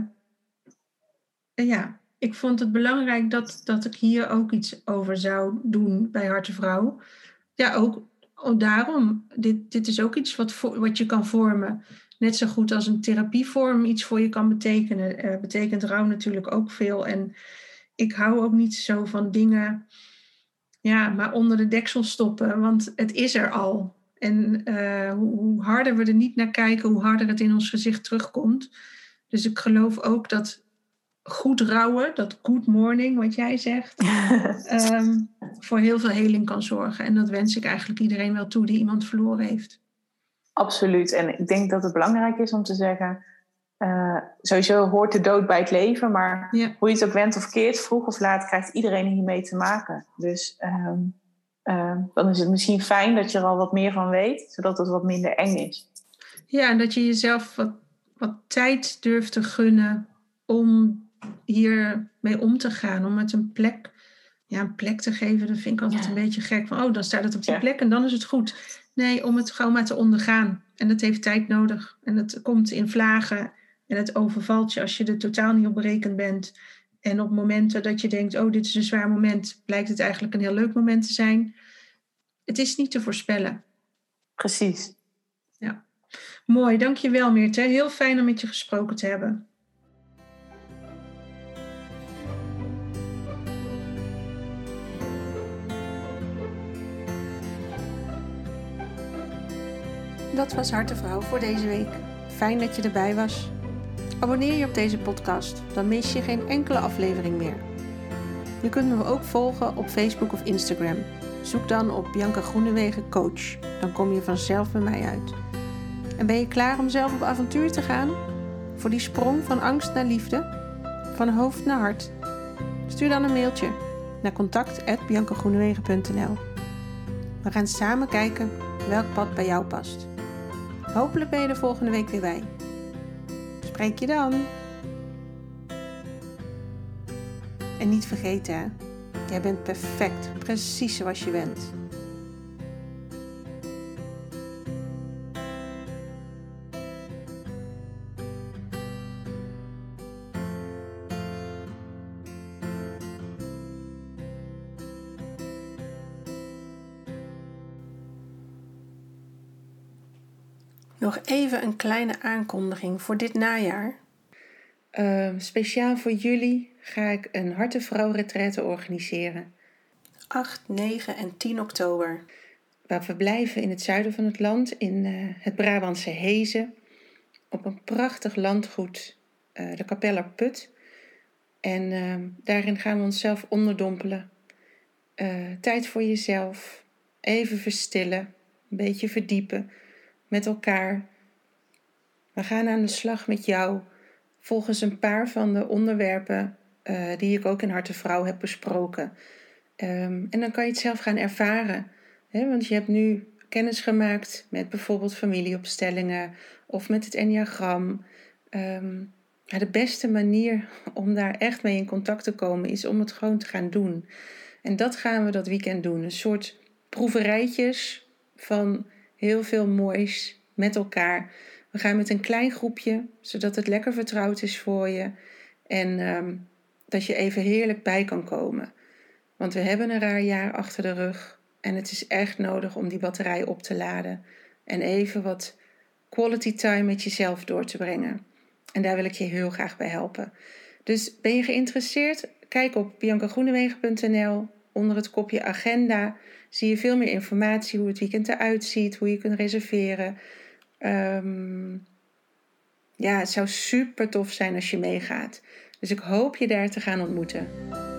ik vond het belangrijk dat ik hier ook iets over zou doen bij Hartenvrouw. Ja, ook daarom. Dit is ook iets wat je kan vormen. Net zo goed als een therapievorm iets voor je kan betekenen. Betekent rouw natuurlijk ook veel. En ik hou ook niet zo van dingen maar onder de deksel stoppen. Want het is er al. En hoe harder we er niet naar kijken, hoe harder het in ons gezicht terugkomt. Dus ik geloof ook dat goed rouwen, dat good morning, wat jij zegt, voor heel veel heling kan zorgen. En dat wens ik eigenlijk iedereen wel toe die iemand verloren heeft. Absoluut. En ik denk dat het belangrijk is om te zeggen, sowieso hoort de dood bij het leven, maar hoe je het ook went of keert, vroeg of laat krijgt iedereen hiermee te maken. Dus dan is het misschien fijn dat je er al wat meer van weet, zodat het wat minder eng is. Ja, en dat je jezelf wat tijd durft te gunnen om hiermee om te gaan. Om het een plek te geven, dat vind ik altijd een beetje gek. Van, dan staat het op die plek en dan is het goed. Nee, om het gewoon maar te ondergaan. En dat heeft tijd nodig. En het komt in vlagen. En het overvalt je als je er totaal niet op berekend bent. En op momenten dat je denkt, dit is een zwaar moment, blijkt het eigenlijk een heel leuk moment te zijn. Het is niet te voorspellen. Precies. Ja. Mooi, dankjewel Meerte. Heel fijn om met je gesproken te hebben. Dat was Hartenvrouw voor deze week. Fijn dat je erbij was. Abonneer je op deze podcast, dan mis je geen enkele aflevering meer. Je kunt me ook volgen op Facebook of Instagram. Zoek dan op Bianca Groenewegen Coach. Dan kom je vanzelf bij mij uit. En ben je klaar om zelf op avontuur te gaan? Voor die sprong van angst naar liefde? Van hoofd naar hart? Stuur dan een mailtje naar contact@biancagroenewegen.nl. We gaan samen kijken welk pad bij jou past. Hopelijk ben je er volgende week weer bij. Spreek je dan. En niet vergeten, hè? Jij bent perfect, precies zoals je bent. Nog even een kleine aankondiging voor dit najaar. Speciaal voor jullie ga ik een Hartenvrouw-retraite organiseren. 8, 9 en 10 oktober. We verblijven in het zuiden van het land, in het Brabantse Hezen. Op een prachtig landgoed, de Kapellerput. En daarin gaan we onszelf onderdompelen. Tijd voor jezelf. Even verstillen. Een beetje verdiepen. Met elkaar. We gaan aan de slag met jou volgens een paar van de onderwerpen die ik ook in Hart de Vrouw heb besproken. En dan kan je het zelf gaan ervaren. Hè? Want je hebt nu kennis gemaakt met bijvoorbeeld familieopstellingen of met het enneagram. De beste manier om daar echt mee in contact te komen is om het gewoon te gaan doen. En dat gaan we dat weekend doen. Een soort proeverijtjes van heel veel moois met elkaar. We gaan met een klein groepje, zodat het lekker vertrouwd is voor je. En dat je even heerlijk bij kan komen. Want we hebben een raar jaar achter de rug. En het is echt nodig om die batterij op te laden. En even wat quality time met jezelf door te brengen. En daar wil ik je heel graag bij helpen. Dus ben je geïnteresseerd? Kijk op biancagroenewegen.nl. Onder het kopje agenda zie je veel meer informatie. Hoe het weekend eruit ziet. Hoe je kunt reserveren. Het zou super tof zijn als je meegaat. Dus ik hoop je daar te gaan ontmoeten.